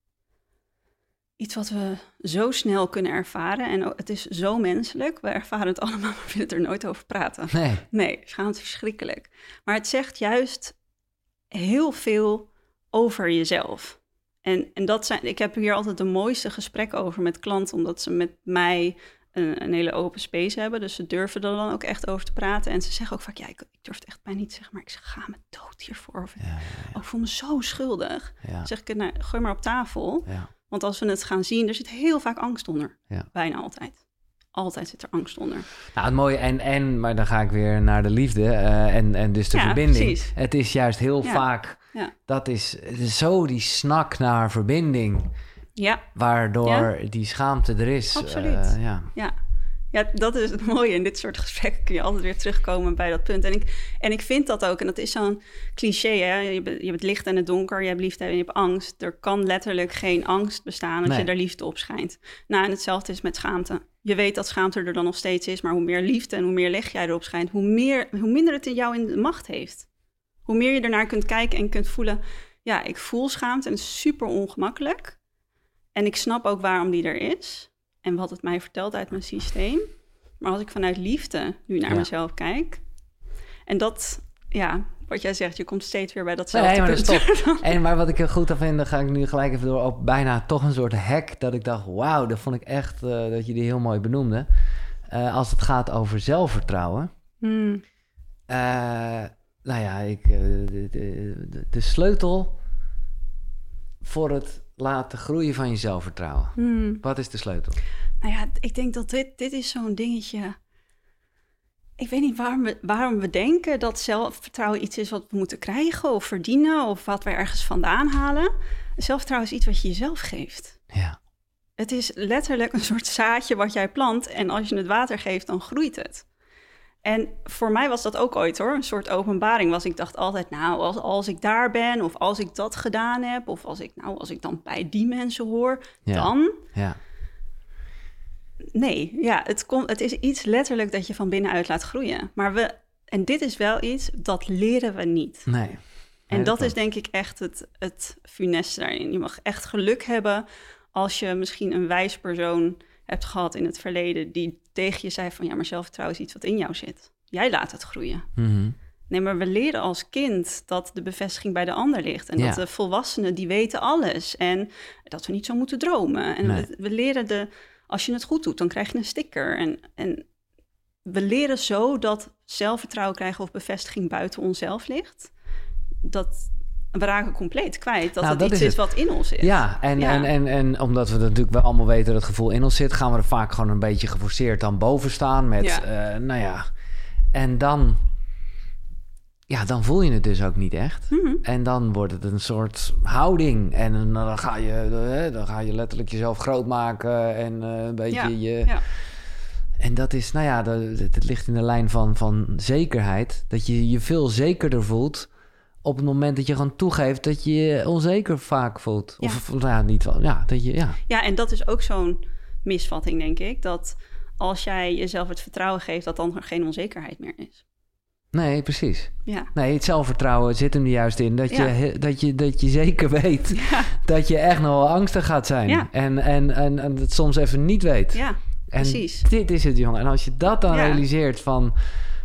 iets wat we zo snel kunnen ervaren. En het is zo menselijk. We ervaren het allemaal, maar we willen er nooit over praten. Nee, schaamte is verschrikkelijk. Maar het zegt juist heel veel over jezelf. En ik heb hier altijd de mooiste gesprekken over met klanten, omdat ze met mij een hele open space hebben. Dus ze durven er dan ook echt over te praten. En ze zeggen ook vaak, ik durf het echt bijna niet te zeggen, maar ik zeg, ga me dood hiervoor. Of, ik voel me zo schuldig. Dan zeg ik, nou, gooi maar op tafel. Ja. Want als we het gaan zien, er zit heel vaak angst onder. Ja. Bijna altijd. Altijd zit er angst onder. Nou, het mooie maar dan ga ik weer naar de liefde en dus de verbinding. Precies. Het is juist heel vaak, het is zo die snak naar verbinding. Ja. Waardoor die schaamte er is. Absoluut. Ja, dat is het mooie. In dit soort gesprekken kun je altijd weer terugkomen bij dat punt. En ik vind dat ook, en dat is zo'n cliché, hè? Je hebt het licht en het donker, je hebt liefde en je hebt angst. Er kan letterlijk geen angst bestaan als je daar liefde op schijnt. Nou, en hetzelfde is met schaamte. Je weet dat schaamte er dan nog steeds is, maar hoe meer liefde en hoe meer licht jij erop schijnt, hoe minder het in jou in de macht heeft. Hoe meer je ernaar kunt kijken en kunt voelen, ja, ik voel schaamte en het is super ongemakkelijk. En ik snap ook waarom die er is. En wat het mij vertelt uit mijn systeem. Maar als ik vanuit liefde nu naar mezelf kijk. En dat, wat jij zegt, je komt steeds weer bij datzelfde punt. Maar wat ik heel goed vind, dan ga ik nu gelijk even door op bijna toch een soort hack. Dat ik dacht, wauw, dat vond ik echt dat je die heel mooi benoemde. Als het gaat over zelfvertrouwen. De sleutel voor het laten groeien van je zelfvertrouwen. Wat is de sleutel? Nou ja, ik denk dat dit is zo'n dingetje. Ik weet niet waarom we denken dat zelfvertrouwen iets is wat we moeten krijgen of verdienen of wat we ergens vandaan halen. Zelfvertrouwen is iets wat je jezelf geeft. Ja. Het is letterlijk een soort zaadje wat jij plant en als je het water geeft, dan groeit het. En voor mij was dat ook ooit hoor, een soort openbaring. Ik dacht altijd, nou, als ik daar ben of als ik dat gedaan heb of als ik dan bij die mensen hoor, dan. Ja. Nee, het is iets letterlijk dat je van binnenuit laat groeien. En dit is wel iets, dat leren we niet. Nee. En dat is denk ik echt het funeste daarin. Je mag echt geluk hebben als je misschien een wijs persoon hebt gehad in het verleden die tegen je zei van, ja, maar zelfvertrouwen is iets wat in jou zit. Jij laat het groeien. Mm-hmm. Nee, maar we leren als kind dat de bevestiging bij de ander ligt. En dat de volwassenen, die weten alles. En dat we niet zo moeten dromen. En we leren als je het goed doet, dan krijg je een sticker. En we leren zo dat zelfvertrouwen krijgen of bevestiging buiten onszelf ligt. We raken compleet kwijt dat het iets is wat in ons is. Ja, en omdat we natuurlijk wel allemaal weten dat het gevoel in ons zit, gaan we er vaak gewoon een beetje geforceerd dan boven staan met, en dan voel je het dus ook niet echt. Mm-hmm. En dan wordt het een soort houding. En dan ga je letterlijk jezelf groot maken en een beetje En dat is, het ligt in de lijn van zekerheid. Dat je je veel zekerder voelt op het moment dat je gewoon toegeeft dat je je onzeker vaak voelt. Ja. Ja, en dat is ook zo'n misvatting, denk ik. Dat als jij jezelf het vertrouwen geeft, dat dan er geen onzekerheid meer is. Nee, precies. Ja. Nee, het zelfvertrouwen zit hem er juist in. Dat je zeker weet dat je echt nog wel angstig gaat zijn. Ja. En het soms even niet weet. Ja, precies. En dit is het, jongen. En als je dat dan realiseert van,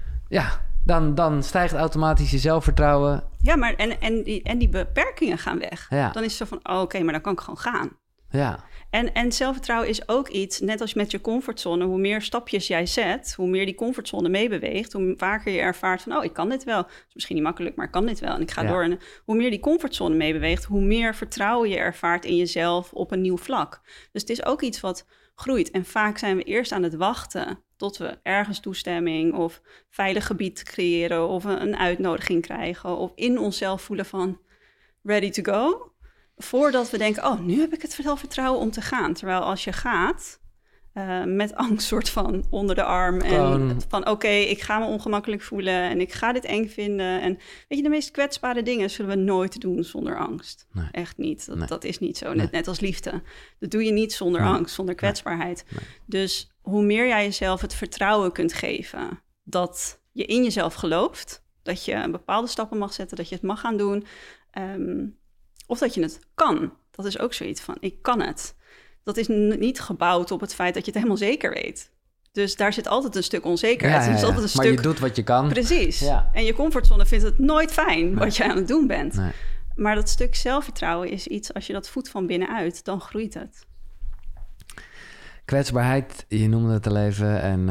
dan stijgt automatisch je zelfvertrouwen. Ja, maar en die beperkingen gaan weg. Ja. Dan is het zo van, oké, maar dan kan ik gewoon gaan. Ja. En zelfvertrouwen is ook iets, net als met je comfortzone, hoe meer stapjes jij zet, hoe meer die comfortzone meebeweegt, hoe vaker je ervaart van, ik kan dit wel. Het is misschien niet makkelijk, maar ik kan dit wel. En ik ga door. En hoe meer die comfortzone meebeweegt, hoe meer vertrouwen je ervaart in jezelf op een nieuw vlak. Dus het is ook iets wat groeit. En vaak zijn we eerst aan het wachten tot we ergens toestemming of veilig gebied creëren of een uitnodiging krijgen of in onszelf voelen van ready to go. Voordat we denken, nu heb ik het zelfvertrouwen om te gaan. Terwijl als je gaat, met angst soort van onder de arm. En van oké, ik ga me ongemakkelijk voelen en ik ga dit eng vinden. En weet je, de meest kwetsbare dingen zullen we nooit doen zonder angst. Nee. Echt niet. Dat is niet zo. Net als liefde. Dat doe je niet zonder angst, zonder kwetsbaarheid. Nee. Dus hoe meer jij jezelf het vertrouwen kunt geven dat je in jezelf gelooft, dat je bepaalde stappen mag zetten, dat je het mag gaan doen, of dat je het kan. Dat is ook zoiets van, ik kan het. dat is niet gebouwd op het feit dat je het helemaal zeker weet. Dus daar zit altijd een stuk onzekerheid. Ja. Dus altijd een maar stuk... je doet wat je kan. Precies. Ja. En je comfortzone vindt het nooit fijn wat je aan het doen bent. Nee. Maar dat stuk zelfvertrouwen is iets, als je dat voedt van binnenuit, dan groeit het. Kwetsbaarheid, je noemde het al even. En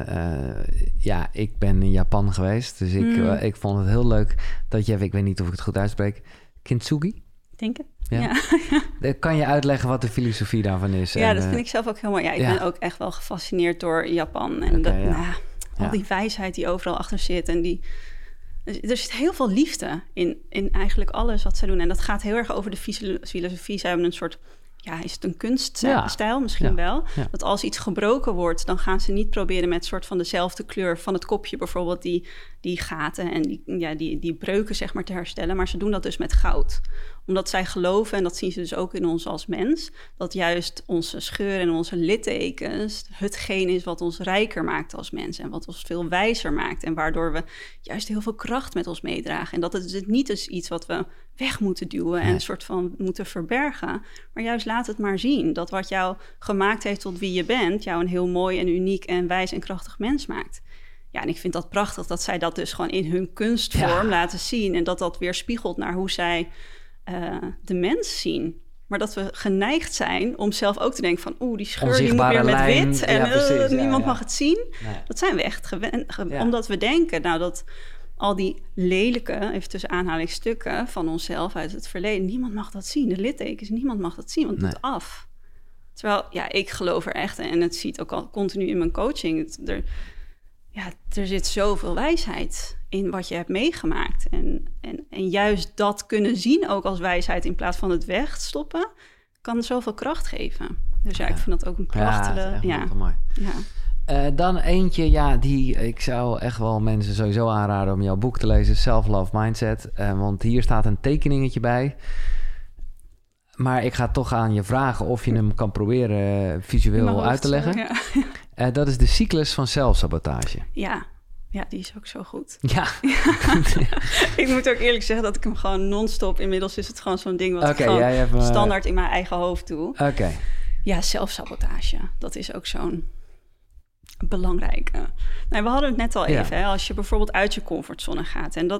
ik ben in Japan geweest. Dus ik vond het heel leuk dat je, ik weet niet of ik het goed uitspreek, Kintsugi? Denk het. Ja. Kan je uitleggen wat de filosofie daarvan is? Ja, dat vind ik zelf ook heel mooi. Ja, ik ben ook echt wel gefascineerd door Japan. En al die wijsheid die overal achter zit. En er zit heel veel liefde in eigenlijk alles wat ze doen. En dat gaat heel erg over de filosofie. Ze hebben een soort... Ja, is het een kunststijl? Misschien wel. Ja. Dat als iets gebroken wordt, dan gaan ze niet proberen met soort van dezelfde kleur van het kopje bijvoorbeeld die gaten en die breuken zeg maar te herstellen. Maar ze doen dat dus met goud. Omdat zij geloven, en dat zien ze dus ook in ons als mens, dat juist onze scheuren en onze littekens hetgeen is wat ons rijker maakt als mens en wat ons veel wijzer maakt. En waardoor we juist heel veel kracht met ons meedragen. En dat het dus niet is iets wat we weg moeten duwen en een soort van moeten verbergen. Maar juist laat het maar zien dat wat jou gemaakt heeft tot wie je bent, jou een heel mooi en uniek en wijs en krachtig mens maakt. Ja, en ik vind dat prachtig dat zij dat dus gewoon in hun kunstvorm laten zien. En dat weer spiegelt naar hoe zij de mens zien. Maar dat we geneigd zijn om zelf ook te denken van... die scheur die moet weer met wit en niemand mag het zien. Nee. Dat zijn we echt gewend. Omdat we denken dat al die lelijke, even tussen aanhalingsstukken van onszelf uit het verleden... niemand mag dat zien. De littekens, niemand mag dat zien, want het doet af. Terwijl, ik geloof er echt... en het ziet ook al continu in mijn coaching... Er zit zoveel wijsheid in wat je hebt meegemaakt. En juist dat kunnen zien ook als wijsheid... in plaats van het wegstoppen, kan zoveel kracht geven. Dus ik vind dat ook een prachtige... Ja, dat is echt mooi. Ja. Dan eentje, die ik zou echt wel mensen sowieso aanraden... om jouw boek te lezen, Self-Love Mindset. Want hier staat een tekeningetje bij... Maar ik ga toch aan je vragen of je hem kan proberen visueel uit te leggen. Ja. Dat is de cyclus van zelfsabotage. Ja, die is ook zo goed. Ja. Ik moet ook eerlijk zeggen dat ik hem gewoon non-stop... Inmiddels is het gewoon zo'n ding wat ik gewoon standaard in mijn eigen hoofd doe. Oké. Ja, zelfsabotage. Dat is ook zo'n belangrijke. We hadden het net al even. Hè, als je bijvoorbeeld uit je comfortzone gaat. En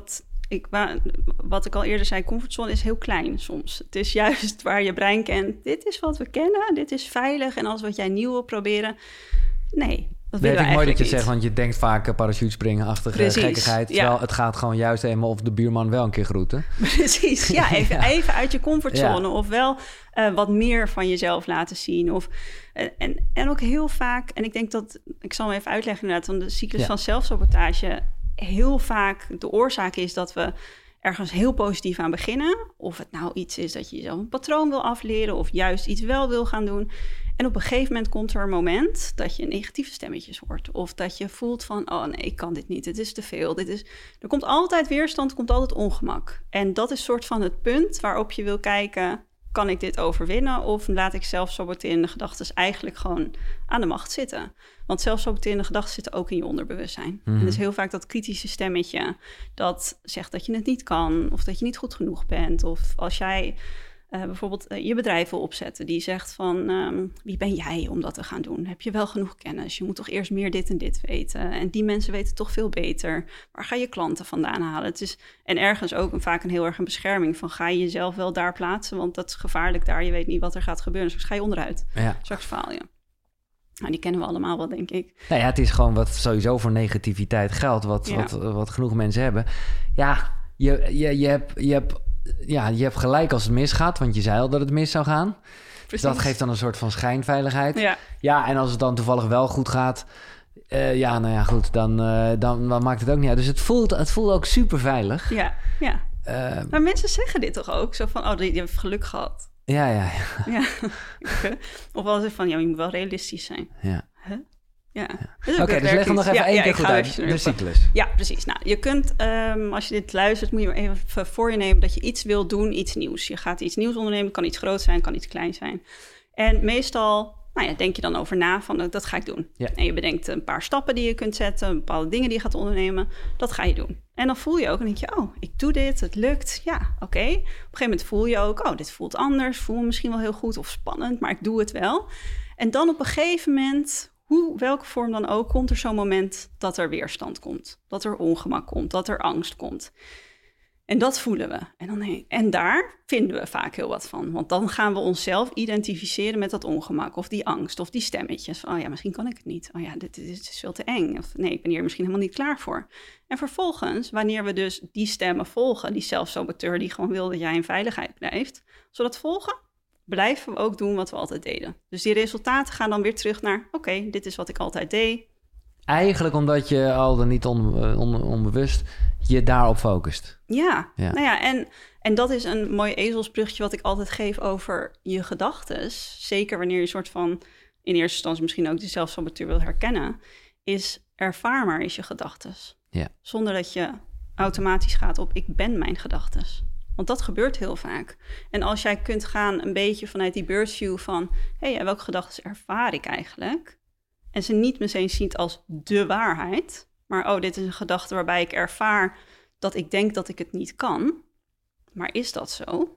wat ik al eerder zei, comfortzone is heel klein soms. Het is juist waar je brein kent. Dit is wat we kennen, dit is veilig. En als wat jij nieuw wil proberen... Nee, dat willen we eigenlijk mooi dat je niet. zegt, want je denkt vaak parachutespringen-achtige gekkigheid. Terwijl het gaat gewoon juist helemaal of de buurman wel een keer groeten. Precies, even uit je comfortzone. Of wel wat meer van jezelf laten zien. En ook heel vaak, en ik denk dat... Ik zal hem even uitleggen inderdaad, want de cyclus van zelfsabotage... heel vaak de oorzaak is dat we ergens heel positief aan beginnen. Of het nou iets is dat je jezelf een patroon wil afleren... of juist iets wel wil gaan doen... En op een gegeven moment komt er een moment dat je negatieve stemmetjes hoort. Of dat je voelt van, oh nee, ik kan dit niet, het is te veel. Er komt altijd weerstand, er komt altijd ongemak. En dat is soort van het punt waarop je wil kijken, kan ik dit overwinnen? Of laat ik zelfsaboterende gedachten eigenlijk gewoon aan de macht zitten? Want zelfsaboterende gedachten zitten ook in je onderbewustzijn. En dus heel vaak dat kritische stemmetje dat zegt dat je het niet kan. Of dat je niet goed genoeg bent. Of als jij... bijvoorbeeld je bedrijf wil opzetten. Die zegt van, wie ben jij om dat te gaan doen? Heb je wel genoeg kennis? Je moet toch eerst meer dit en dit weten. En die mensen weten toch veel beter. Waar ga je klanten vandaan halen? En ergens ook vaak een heel erg een bescherming van... ga je jezelf wel daar plaatsen? Want dat is gevaarlijk daar. Je weet niet wat er gaat gebeuren. Straks ga je onderuit. Ja. Straks faal je. Nou, die kennen we allemaal wel, denk ik. Nou ja, het is gewoon wat sowieso voor negativiteit geldt. Wat genoeg mensen hebben. Ja, je hebt gelijk als het misgaat, want je zei al dat het mis zou gaan. Precies. Dus dat geeft dan een soort van schijnveiligheid. Ja, en als het dan toevallig wel goed gaat... dan maakt het ook niet uit. Dus het voelt ook super veilig. Ja. Maar mensen zeggen dit toch ook? Zo van, die heeft geluk gehad. Ja. Of wel eens van, je moet wel realistisch zijn. Ja. Huh? Ja. Oké, dus leg hem nog even één keer goed uit. De cyclus. Ja, precies. Nou, je kunt, als je dit luistert, moet je maar even voor je nemen dat je iets wil doen, iets nieuws. Je gaat iets nieuws ondernemen, kan iets groot zijn, kan iets klein zijn. En meestal Nou ja, denk je dan over na van dat ga ik doen. Ja. En je bedenkt een paar stappen die je kunt zetten, bepaalde dingen die je gaat ondernemen. Dat ga je doen. En dan voel je ook en denk je, ik doe dit, het lukt. Ja, oké. Op een gegeven moment voel je ook, dit voelt anders, voel me misschien wel heel goed of spannend, maar ik doe het wel. En dan op een gegeven moment, welke vorm dan ook, komt er zo'n moment dat er weerstand komt. Dat er ongemak komt, dat er angst komt. En dat voelen we. En daar vinden we vaak heel wat van. Want dan gaan we onszelf identificeren met dat ongemak of die angst of die stemmetjes. Van, misschien kan ik het niet. Dit is veel te eng. Of nee, ik ben hier misschien helemaal niet klaar voor. En vervolgens, wanneer we dus die stemmen volgen, die zelfsaboteur die gewoon wil dat jij in veiligheid blijft, zodat volgen, blijven we ook doen wat we altijd deden. Dus die resultaten gaan dan weer terug naar, oké, dit is wat ik altijd deed. Eigenlijk omdat je al dan niet onbewust je daarop focust. Ja. Nou ja, en dat is een mooi ezelsbruggetje wat ik altijd geef over je gedachtes. Zeker wanneer je soort van in eerste instantie misschien ook die zelfsaboteur wil herkennen, is ervaar maar eens je gedachtes. Ja. Zonder dat je automatisch gaat op ik ben mijn gedachtes. Want dat gebeurt heel vaak. En als jij kunt gaan een beetje vanuit die birdview van, welke gedachtes ervaar ik eigenlijk? En ze niet meteen ziet als de waarheid, maar dit is een gedachte waarbij ik ervaar dat ik denk dat ik het niet kan. Maar is dat zo?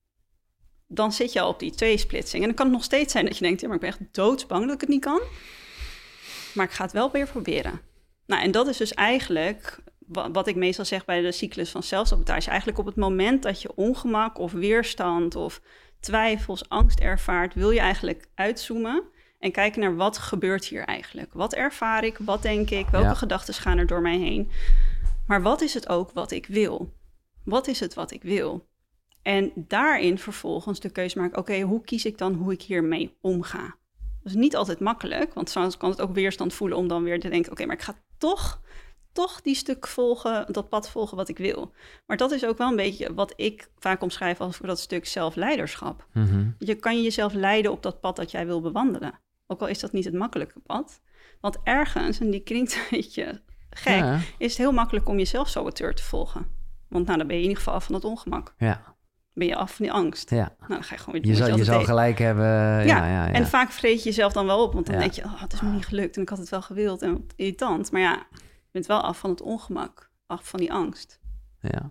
Dan zit je al op die tweesplitsing. En dan kan het nog steeds zijn dat je denkt, maar ik ben echt doodsbang dat ik het niet kan. Maar ik ga het wel weer proberen. Nou, en dat is dus eigenlijk wat ik meestal zeg bij de cyclus van zelfsabotage. Eigenlijk op het moment dat je ongemak of weerstand of twijfels, angst ervaart, wil je eigenlijk uitzoomen en kijken naar wat gebeurt hier eigenlijk. Wat ervaar ik? Wat denk ik? Welke gedachten gaan er door mij heen? Maar wat is het ook wat ik wil? Wat is het wat ik wil? En daarin vervolgens de keuze maken, hoe kies ik dan hoe ik hiermee omga? Dat is niet altijd makkelijk, want soms kan het ook weerstand voelen om dan weer te denken, maar ik ga toch die stuk volgen, dat pad volgen wat ik wil. Maar dat is ook wel een beetje wat ik vaak omschrijf als voor dat stuk zelfleiderschap. Mm-hmm. Je kan jezelf leiden op dat pad dat jij wil bewandelen. Ook al is dat niet het makkelijke pad. Want ergens, en die klinkt een beetje gek, is het heel makkelijk om je zelfsaboteur te volgen. Want dan ben je in ieder geval af van het ongemak. Ja. Ben je af van die angst. Ja. Dan ga je gewoon weer doen. Je zou gelijk hebben. Ja. En vaak vreet je jezelf dan wel op. Want dan denk je, het is me niet gelukt en ik had het wel gewild en wat irritant. Maar je bent wel af van het ongemak. Af van die angst. Ja.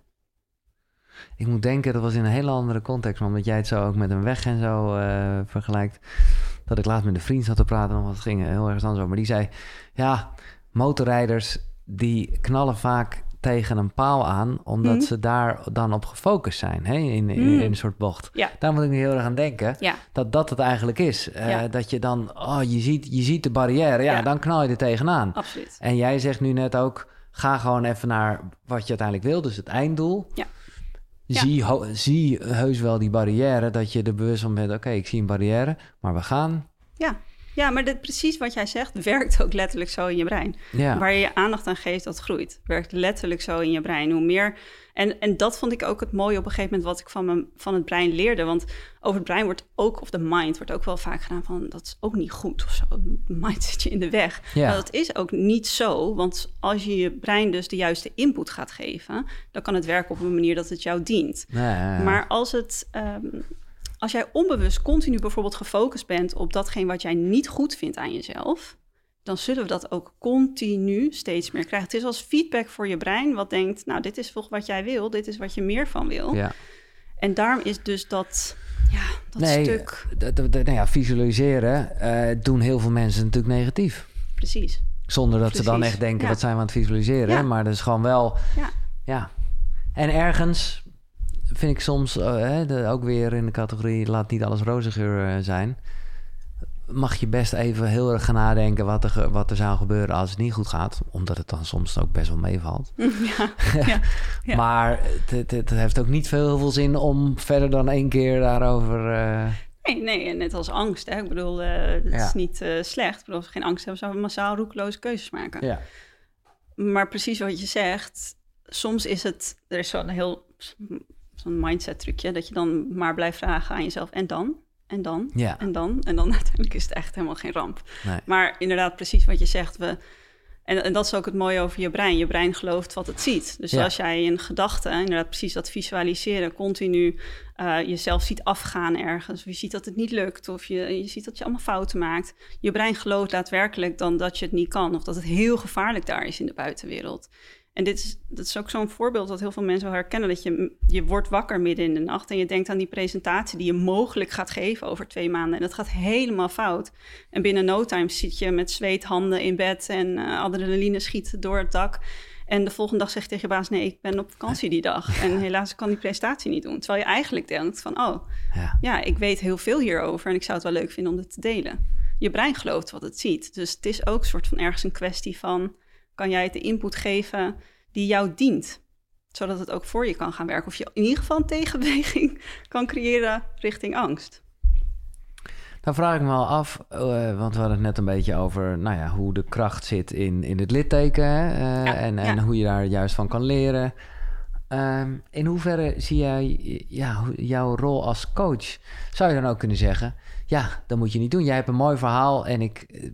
Ik moet denken, dat was in een hele andere context. Maar omdat jij het zo ook met een weg en zo vergelijkt. Dat ik laatst met een vriend zat te praten. Want het ging heel erg anders over. Maar die zei, motorrijders die knallen vaak tegen een paal aan, omdat ze daar dan op gefocust zijn, in een soort bocht. Ja. Daar moet ik nu heel erg aan denken, dat het eigenlijk is. Dat je dan, je ziet de barrière, dan knal je er tegenaan. Absoluut. En jij zegt nu net ook, ga gewoon even naar wat je uiteindelijk wil, dus het einddoel. Ja. Zie heus wel die barrière, dat je er bewust van bent, ik zie een barrière, maar we gaan. Ja, maar precies wat jij zegt, werkt ook letterlijk zo in je brein. Ja. Waar je je aandacht aan geeft, dat groeit. Werkt letterlijk zo in je brein. Hoe meer. En dat vond ik ook het mooie op een gegeven moment wat ik van het brein leerde. Want over het brein wordt ook, of de mind wordt ook wel vaak gedaan van, dat is ook niet goed of zo. De mind zit je in de weg. Ja. Maar dat is ook niet zo, want als je je brein dus de juiste input gaat geven, dan kan het werken op een manier dat het jou dient. Ja. Maar als jij onbewust continu bijvoorbeeld gefocust bent op datgene wat jij niet goed vindt aan jezelf, dan zullen we dat ook continu steeds meer krijgen. Het is als feedback voor je brein wat denkt, dit is volgens wat jij wil, dit is wat je meer van wil. Ja. En daarom is dus dat stuk. Visualiseren doen heel veel mensen natuurlijk negatief. Precies. Zonder dat ze dan echt denken, wat zijn we aan het visualiseren? Ja. Maar dat is gewoon wel. Ja. En ergens vind ik soms, ook weer in de categorie, laat niet alles roze geur zijn, mag je best even heel erg gaan nadenken wat er zou gebeuren als het niet goed gaat. Omdat het dan soms ook best wel meevalt. Ja. Maar het heeft ook niet heel veel zin om verder dan 1 keer daarover. Nee, en net als angst. Hè? Ik bedoel, het is niet slecht. Ik bedoel, als we geen angst hebben, zouden we massaal roekeloze keuzes maken. Ja. Maar precies wat je zegt, soms is het, er is zo'n mindset trucje, dat je dan maar blijft vragen aan jezelf, en dan? En dan? Ja. En dan? En dan uiteindelijk is het echt helemaal geen ramp. Nee. Maar inderdaad, precies wat je zegt, we En dat is ook het mooie over je brein. Je brein gelooft wat het ziet. Dus als jij een gedachte, inderdaad precies dat visualiseren, continu jezelf ziet afgaan ergens, of je ziet dat het niet lukt, of je ziet dat je allemaal fouten maakt. Je brein gelooft daadwerkelijk dan dat je het niet kan, of dat het heel gevaarlijk daar is in de buitenwereld. En dat is ook zo'n voorbeeld dat heel veel mensen wel herkennen. Dat je wordt wakker midden in de nacht en je denkt aan die presentatie die je mogelijk gaat geven over 2 maanden. En dat gaat helemaal fout. En binnen no time zit je met zweethanden in bed en adrenaline schiet door het dak. En de volgende dag zeg je tegen je baas, nee, ik ben op vakantie die dag. En helaas kan die presentatie niet doen. Terwijl je eigenlijk denkt van, ja, ik weet heel veel hierover en ik zou het wel leuk vinden om dit te delen. Je brein gelooft wat het ziet. Dus het is ook een soort van ergens een kwestie van, kan jij het de input geven die jou dient, zodat het ook voor je kan gaan werken. Of je in ieder geval een tegenbeweging kan creëren richting angst. Dan vraag ik me al af, want we hadden het net een beetje over hoe de kracht zit in het litteken. Hè? En hoe je daar juist van kan leren. In hoeverre zie jij jouw rol als coach? Zou je dan ook kunnen zeggen, ja, dat moet je niet doen. Jij hebt een mooi verhaal en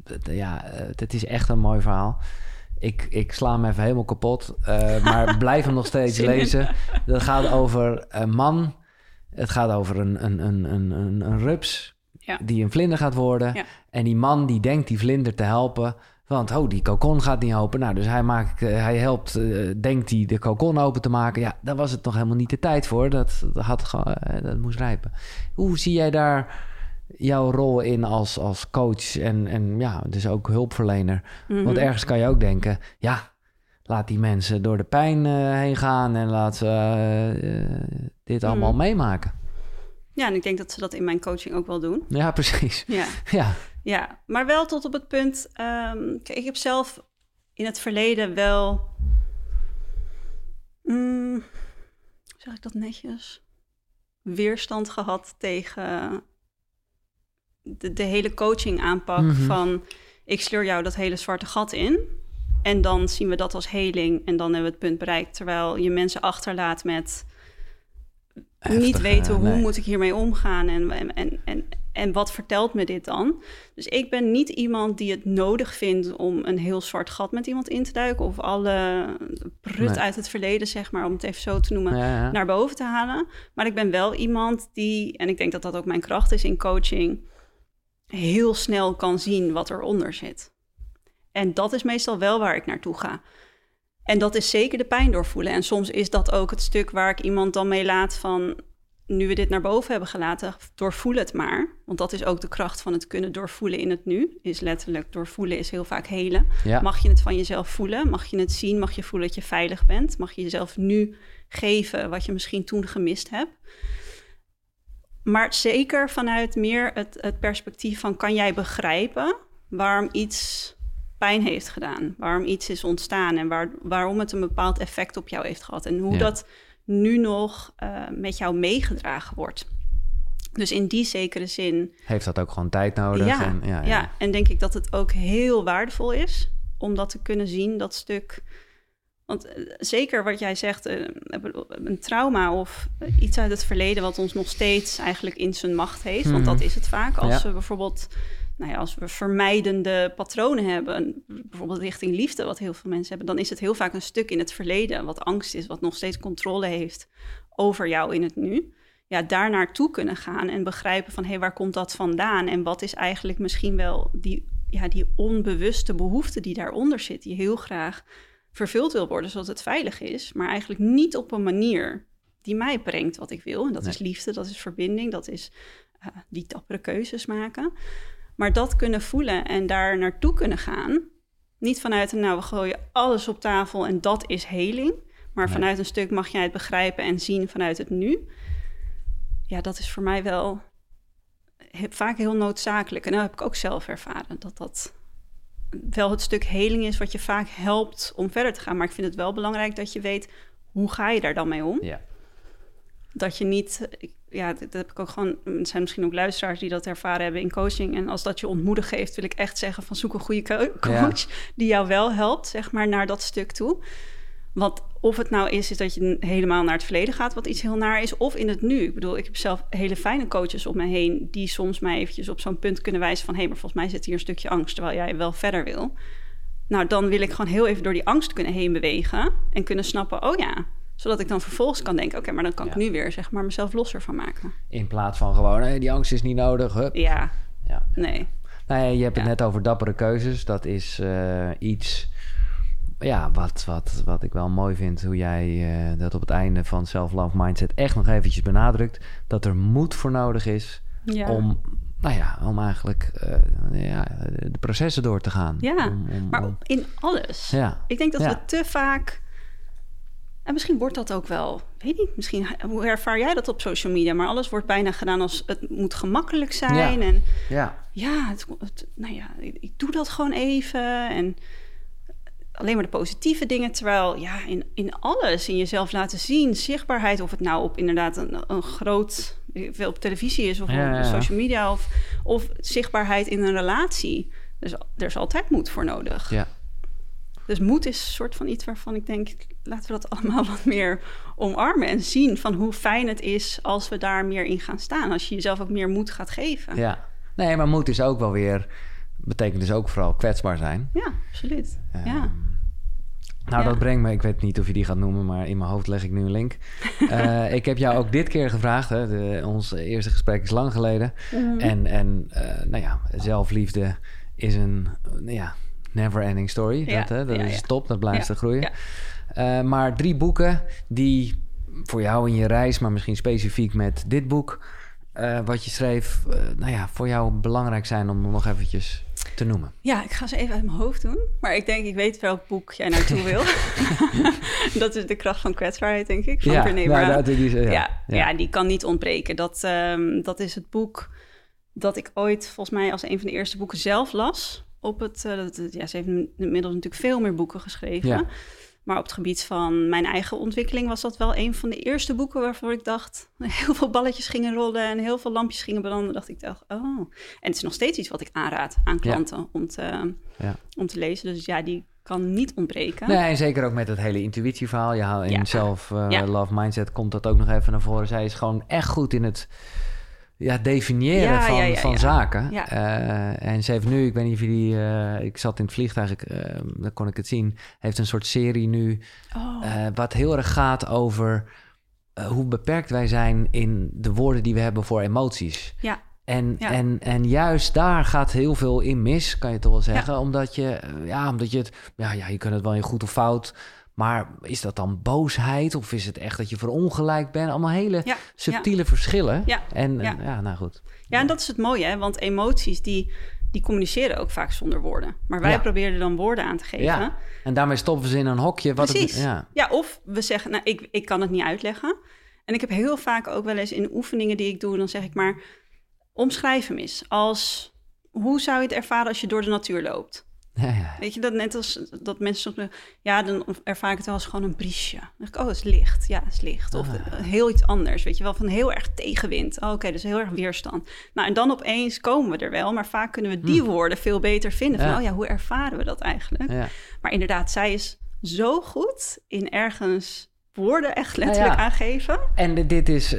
het is echt een mooi verhaal. Ik sla hem even helemaal kapot, maar blijf hem nog steeds lezen. Dat gaat over een man. Het gaat over een rups die een vlinder gaat worden. Ja. En die man die denkt die vlinder te helpen, want die kokon gaat niet open. Nou, dus hij helpt, denkt hij de kokon open te maken. Ja, daar was het nog helemaal niet de tijd voor. Dat moest rijpen. Hoe zie jij daar jouw rol in als coach en dus ook hulpverlener? Mm-hmm. Want ergens kan je ook denken, laat die mensen door de pijn heen gaan en laat ze dit allemaal meemaken. Ja, en ik denk dat ze dat in mijn coaching ook wel doen. Ja, precies. Ja, maar wel tot op het punt, kijk, ik heb zelf in het verleden wel, hoe zeg ik dat netjes, weerstand gehad tegen de hele coaching aanpak van, ik sleur jou dat hele zwarte gat in en dan zien we dat als heling en dan hebben we het punt bereikt. Terwijl je mensen achterlaat met niet weten hoe moet ik hiermee omgaan en wat vertelt me dit dan? Dus ik ben niet iemand die het nodig vindt om een heel zwart gat met iemand in te duiken of alle prut uit het verleden, zeg maar, om het even zo te noemen, naar boven te halen. Maar ik ben wel iemand die, en ik denk dat dat ook mijn kracht is in coaching, heel snel kan zien wat eronder zit. En dat is meestal wel waar ik naartoe ga. En dat is zeker de pijn doorvoelen. En soms is dat ook het stuk waar ik iemand dan mee laat van, nu we dit naar boven hebben gelaten, doorvoel het maar. Want dat is ook de kracht van het kunnen doorvoelen in het nu. Is letterlijk, doorvoelen is heel vaak helen. Ja. Mag je het van jezelf voelen? Mag je het zien? Mag je voelen dat je veilig bent? Mag je jezelf nu geven wat je misschien toen gemist hebt? Maar zeker vanuit meer het perspectief van, kan jij begrijpen waarom iets pijn heeft gedaan, waarom iets is ontstaan en waarom het een bepaald effect op jou heeft gehad en hoe dat nu nog met jou meegedragen wordt. Dus in die zekere zin heeft dat ook gewoon tijd nodig. En denk ik dat het ook heel waardevol is om dat te kunnen zien, dat stuk. Want zeker wat jij zegt, een trauma of iets uit het verleden wat ons nog steeds eigenlijk in zijn macht heeft, want dat is het vaak. Als we bijvoorbeeld, als we vermijdende patronen hebben, bijvoorbeeld richting liefde, wat heel veel mensen hebben, dan is het heel vaak een stuk in het verleden, wat angst is, wat nog steeds controle heeft over jou in het nu. Ja, daar naartoe kunnen gaan en begrijpen van, waar komt dat vandaan? En wat is eigenlijk misschien wel die onbewuste behoefte die daaronder zit, die heel graag vervuld wil worden, zodat het veilig is, maar eigenlijk niet op een manier die mij brengt wat ik wil. En dat is liefde, dat is verbinding, dat is die dappere keuzes maken. Maar dat kunnen voelen en daar naartoe kunnen gaan, niet vanuit we gooien alles op tafel en dat is heling, maar vanuit een stuk mag jij het begrijpen en zien vanuit het nu. Ja, dat is voor mij wel vaak heel noodzakelijk. En dat heb ik ook zelf ervaren, dat wel het stuk heling is wat je vaak helpt om verder te gaan. Maar ik vind het wel belangrijk dat je weet, hoe ga je daar dan mee om? Ja. Dat je niet, dat heb ik ook gewoon, er zijn misschien ook luisteraars die dat ervaren hebben in coaching. En als dat je ontmoedig geeft, wil ik echt zeggen van, zoek een goede coach die jou wel helpt, zeg maar, naar dat stuk toe. Want of het nou is dat je helemaal naar het verleden gaat, wat iets heel naar is, of in het nu. Ik bedoel, ik heb zelf hele fijne coaches om me heen die soms mij eventjes op zo'n punt kunnen wijzen van, maar volgens mij zit hier een stukje angst, terwijl jij wel verder wil. Nou, dan wil ik gewoon heel even door die angst kunnen heen bewegen en kunnen snappen, oh ja, zodat ik dan vervolgens kan denken, oké, maar dan kan ik nu weer zeg maar mezelf losser van maken. In plaats van gewoon, die angst is niet nodig. Hup. Ja. Nee. Nou ja, je hebt het net over dappere keuzes. Dat is iets wat ik wel mooi vind, hoe jij dat op het einde van Self-Love Mindset echt nog eventjes benadrukt, dat er moed voor nodig is om eigenlijk de processen door te gaan. Ja, maar in alles. Ja. Ik denk dat we te vaak... En misschien wordt dat ook wel... Weet niet, misschien... Hoe ervaar jij dat op social media? Maar alles wordt bijna gedaan als het moet gemakkelijk zijn. Ik doe dat gewoon even. En alleen maar de positieve dingen. Terwijl in alles, in jezelf laten zien, zichtbaarheid, of het nou op inderdaad een groot... veel op televisie is of op social media... Of zichtbaarheid in een relatie. Dus er is altijd moed voor nodig. Ja. Dus moed is een soort van iets waarvan ik denk, laten we dat allemaal wat meer omarmen en zien van hoe fijn het is als we daar meer in gaan staan. Als je jezelf ook meer moed gaat geven. Ja, nee, maar moed is ook wel weer, betekent dus ook vooral kwetsbaar zijn. Ja, absoluut. Dat brengt me, ik weet niet of je die gaat noemen, maar in mijn hoofd leg ik nu een link. Ik heb jou ook dit keer gevraagd, ons eerste gesprek is lang geleden. En zelfliefde is een, never-ending story. Dat is top, dat blijft te groeien. Ja. Maar 3 boeken die voor jou in je reis, maar misschien specifiek met dit boek, wat je schreef, voor jou belangrijk zijn om nog eventjes te noemen. Ja, ik ga ze even uit mijn hoofd doen. Maar ik denk, ik weet welk boek jij naartoe wil. Dat is De kracht van kwetsbaarheid, denk ik, van Brené Brown. Die kan niet ontbreken. Dat is het boek dat ik ooit, volgens mij, als een van de eerste boeken zelf las. Ze heeft inmiddels natuurlijk veel meer boeken geschreven. Ja. Maar op het gebied van mijn eigen ontwikkeling was dat wel een van de eerste boeken waarvoor ik dacht, heel veel balletjes gingen rollen en heel veel lampjes gingen branden. Dacht ik, En het is nog steeds iets wat ik aanraad aan klanten om te lezen. Dus die kan niet ontbreken. Nee, en zeker ook met het hele intuïtieverhaal. In Self-Love Mindset komt dat ook nog even naar voren. Zij is gewoon echt goed in het definiëren van zaken. Ja. En ze heeft nu, ik weet niet of jullie... ik zat in het vliegtuig, dan kon ik het zien. Heeft een soort serie nu... wat heel erg gaat over hoe beperkt wij zijn in de woorden die we hebben voor emoties. Ja. En juist daar gaat heel veel in mis, kan je toch wel zeggen. Ja. Omdat je het... je kunt het wel in goed of fout... Maar is dat dan boosheid of is het echt dat je verongelijkt bent? Allemaal hele subtiele verschillen. Ja. Nou goed. Ja, en dat is het mooie, hè? Want emoties die communiceren ook vaak zonder woorden. Maar wij proberen er dan woorden aan te geven. Ja. En daarmee stoppen ze in een hokje. Precies. Of we zeggen, ik kan het niet uitleggen. En ik heb heel vaak ook wel eens in oefeningen die ik doe... dan zeg ik maar, omschrijf hem eens. Hoe zou je het ervaren als je door de natuur loopt? Ja. Weet je, dat net als dat mensen soms... dan ervaar ik het wel als gewoon een briesje. Dan denk ik, het is licht. Ja, het is licht. Of heel iets anders, weet je wel, van heel erg tegenwind. Oké, dus heel erg weerstand. Nou, en dan opeens komen we er wel, maar vaak kunnen we die woorden veel beter vinden. Van, hoe ervaren we dat eigenlijk? Ja. Maar inderdaad, zij is zo goed in ergens... woorden echt letterlijk aangeven. En dit is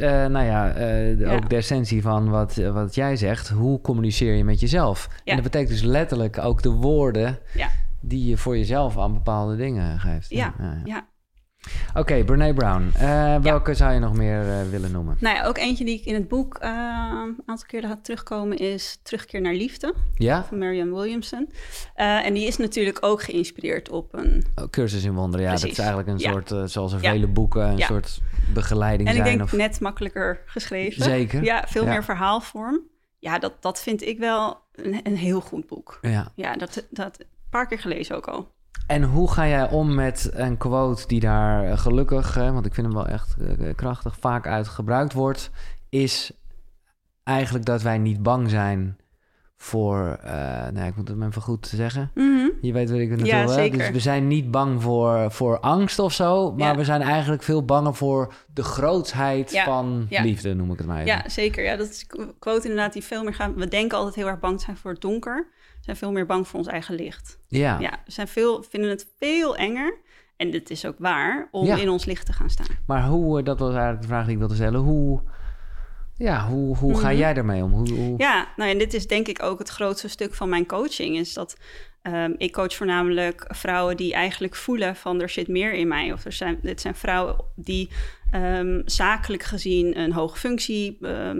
ook de essentie van wat jij zegt. Hoe communiceer je met jezelf? Ja. En dat betekent dus letterlijk ook de woorden... die je voor jezelf aan bepaalde dingen geeft. Ja. Oké, Brené Brown. Welke zou je nog meer willen noemen? Nou ja, ook eentje die ik in het boek een aantal keer had terugkomen... is Terugkeer naar Liefde van Marianne Williamson. En die is natuurlijk ook geïnspireerd op een... cursus in wonderen, dat is eigenlijk een soort... zoals er vele boeken, een soort begeleiding zijn. En ik denk net makkelijker geschreven. Zeker. Ja, veel meer verhaalvorm. Ja, dat vind ik wel een heel goed boek. Ja, dat een paar keer gelezen ook al. En hoe ga jij om met een quote die daar gelukkig... want ik vind hem wel echt krachtig, vaak uit gebruikt wordt... is eigenlijk dat wij niet bang zijn voor... ik moet het maar even goed zeggen. Mm-hmm. Je weet wat ik naartoe wil. Zeker. Dus we zijn niet bang voor angst of zo... maar we zijn eigenlijk veel banger voor de grootsheid van liefde, noem ik het maar even. Ja, zeker. Ja, dat is een quote inderdaad die veel meer gaat... We denken altijd heel erg bang te zijn voor het donker... zijn veel meer bang voor ons eigen licht. Ja. Vinden het veel enger. En dit is ook waar, om in ons licht te gaan staan. Maar dat was eigenlijk de vraag die ik wilde stellen. Ja, hoe ga jij ermee om? Ja, nou en dit is denk ik ook het grootste stuk van mijn coaching. Is dat ik coach voornamelijk vrouwen die eigenlijk voelen van er zit meer in mij. Of dit zijn vrouwen die zakelijk gezien een hoge functie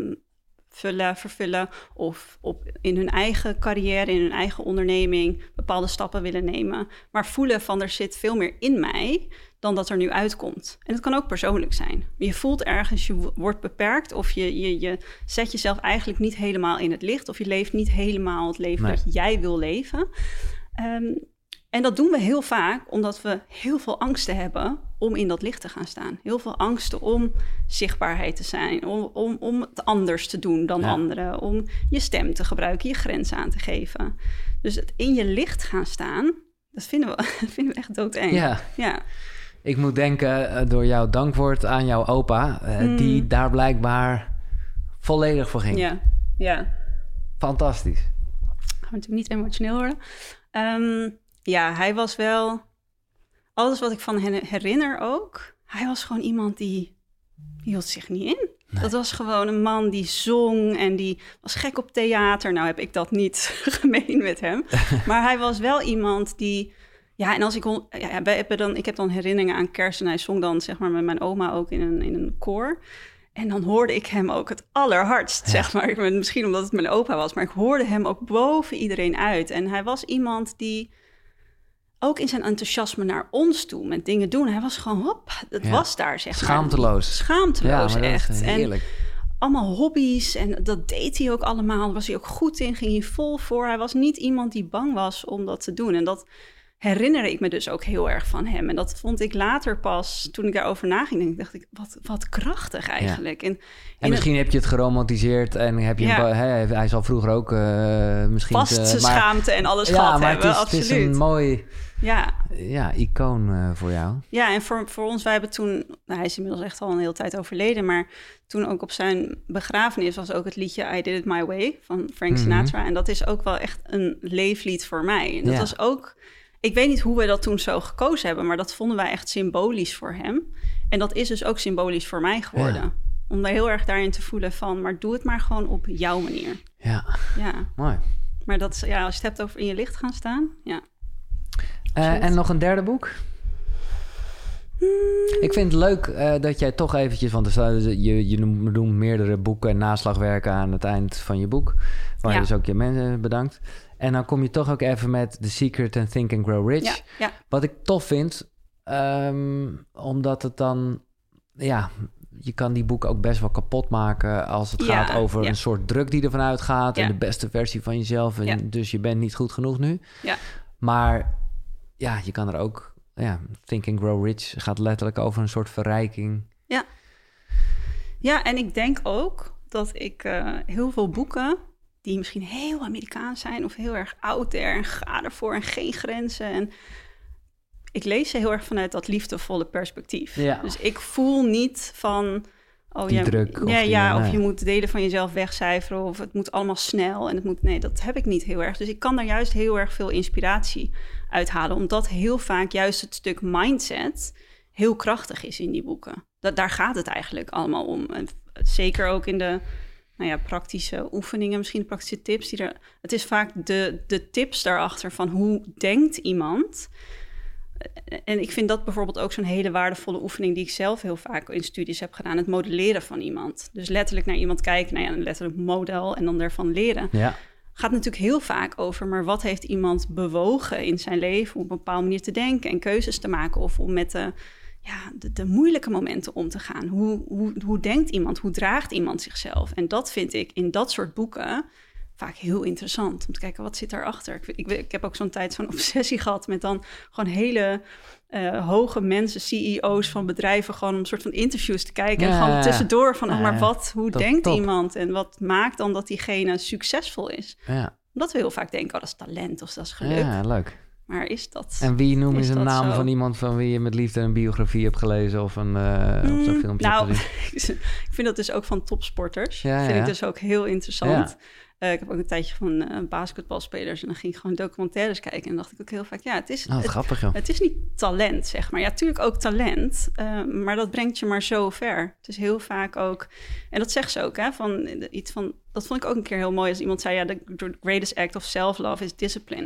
vervullen. Of in hun eigen carrière, in hun eigen onderneming bepaalde stappen willen nemen. Maar voelen van er zit veel meer in mij dan dat er nu uitkomt. En het kan ook persoonlijk zijn. Je voelt ergens, je wordt beperkt of je zet jezelf eigenlijk niet helemaal in het licht of je leeft niet helemaal het leven dat jij wil leven. En dat doen we heel vaak omdat we heel veel angsten hebben om in dat licht te gaan staan. Heel veel angsten om zichtbaarheid te zijn, om het anders te doen dan anderen, om je stem te gebruiken, je grenzen aan te geven. Dus het in je licht gaan staan, dat vinden we echt doodeng. Ja. Ik moet denken door jouw dankwoord aan jouw opa, die daar blijkbaar volledig voor ging. Ja. Fantastisch. Gaan we natuurlijk niet emotioneel worden. Hij was wel... Alles wat ik van hem herinner ook... Hij was gewoon iemand die hield zich niet in. Nee. Dat was gewoon een man die zong en die was gek op theater. Nou heb ik dat niet gemeen met hem. Maar hij was wel iemand die... Ja, en als ik heb dan herinneringen aan kerst en hij zong dan zeg maar met mijn oma ook in een koor. En dan hoorde ik hem ook het allerhardst, zeg maar. Misschien omdat het mijn opa was, maar ik hoorde hem ook boven iedereen uit. En hij was iemand die ook in zijn enthousiasme naar ons toe met dingen doen. Hij was gewoon, het was daar, zeg maar. Schaamteloos, echt. Heerlijk. En allemaal hobby's en dat deed hij ook allemaal. Daar was hij ook goed in, ging hij vol voor. Hij was niet iemand die bang was om dat te doen. En dat herinner ik me dus ook heel erg van hem. En dat vond ik later pas, toen ik daarover naging, dacht ik, wat krachtig eigenlijk. Ja. En misschien heb je het geromantiseerd en heb je hij zal vroeger ook misschien... Vast zijn schaamte en alles gehad hebben, absoluut. Het is een mooi icoon voor jou. Ja, en voor ons, wij hebben toen... hij is inmiddels echt al een hele tijd overleden, maar toen ook op zijn begrafenis was ook het liedje I Did It My Way van Frank Sinatra. En dat is ook wel echt een leeflied voor mij. En dat was ook... Ik weet niet hoe we dat toen zo gekozen hebben, maar dat vonden wij echt symbolisch voor hem. En dat is dus ook symbolisch voor mij geworden. Ja. Om daar heel erg daarin te voelen van, maar doe het maar gewoon op jouw manier. Ja. Mooi. Maar dat, als je het hebt over in je licht gaan staan, en nog een derde boek? Ik vind het leuk dat jij toch eventjes... want je noemt meerdere boeken en naslagwerken aan het eind van je boek. Waar je dus ook je mensen bedankt. En dan kom je toch ook even met The Secret and Think and Grow Rich. Ja. Wat ik tof vind, omdat het dan... Ja, je kan die boeken ook best wel kapot maken... als het gaat over een soort druk die ervan uitgaat... en de beste versie van jezelf. En dus je bent niet goed genoeg nu. Ja. Maar je kan er ook... Think and Grow Rich gaat letterlijk over een soort verrijking. Ja, en ik denk ook dat ik heel veel boeken... die misschien heel Amerikaans zijn of heel erg out there... en ga ervoor en geen grenzen. En ik lees ze heel erg vanuit dat liefdevolle perspectief. Ja. Dus ik voel niet van... druk. Of je moet delen van jezelf wegcijferen... of het moet allemaal snel. En het moet, nee, dat heb ik niet heel erg. Dus ik kan daar juist heel erg veel inspiratie uithalen... omdat heel vaak juist het stuk mindset... heel krachtig is in die boeken. Daar gaat het eigenlijk allemaal om. En zeker ook in de... praktische oefeningen, misschien praktische tips. Het is vaak de tips daarachter van hoe denkt iemand. En ik vind dat bijvoorbeeld ook zo'n hele waardevolle oefening... die ik zelf heel vaak in studies heb gedaan. Het modelleren van iemand. Dus letterlijk naar iemand kijken, letterlijk model... en dan daarvan leren. Ja. Gaat natuurlijk heel vaak over... maar wat heeft iemand bewogen in zijn leven... om op een bepaalde manier te denken en keuzes te maken... of om met de moeilijke momenten om te gaan. Hoe denkt iemand? Hoe draagt iemand zichzelf? En dat vind ik in dat soort boeken vaak heel interessant. Om te kijken, wat zit daarachter? Ik heb ook zo'n tijd zo'n obsessie gehad... met dan gewoon hele hoge mensen, CEO's van bedrijven... gewoon om een soort van interviews te kijken... en gewoon tussendoor van, hoe denkt iemand? En wat maakt dan dat diegene succesvol is? Ja. Omdat we heel vaak denken, dat is talent of dat is geluk. Ja, leuk. Maar is dat... En wie noem eens is een dat naam zo? van iemand van wie je met liefde een biografie hebt gelezen of een of zo'n filmpje hebt gezien? Ik vind dat dus ook van topsporters. Ja, Vind ja. ik dus ook heel interessant. Ik heb ook een tijdje van basketbalspelers en dan ging ik gewoon documentaires kijken. En dan dacht ik ook heel vaak, ja, het is, Grappig, joh. het is niet talent, zeg maar. Ja, natuurlijk ook talent, maar dat brengt je maar zo ver. Het is heel vaak ook, en dat zegt ze ook, hè, iets van, dat vond ik ook een keer heel mooi als iemand zei, ja, the greatest act of self-love is discipline.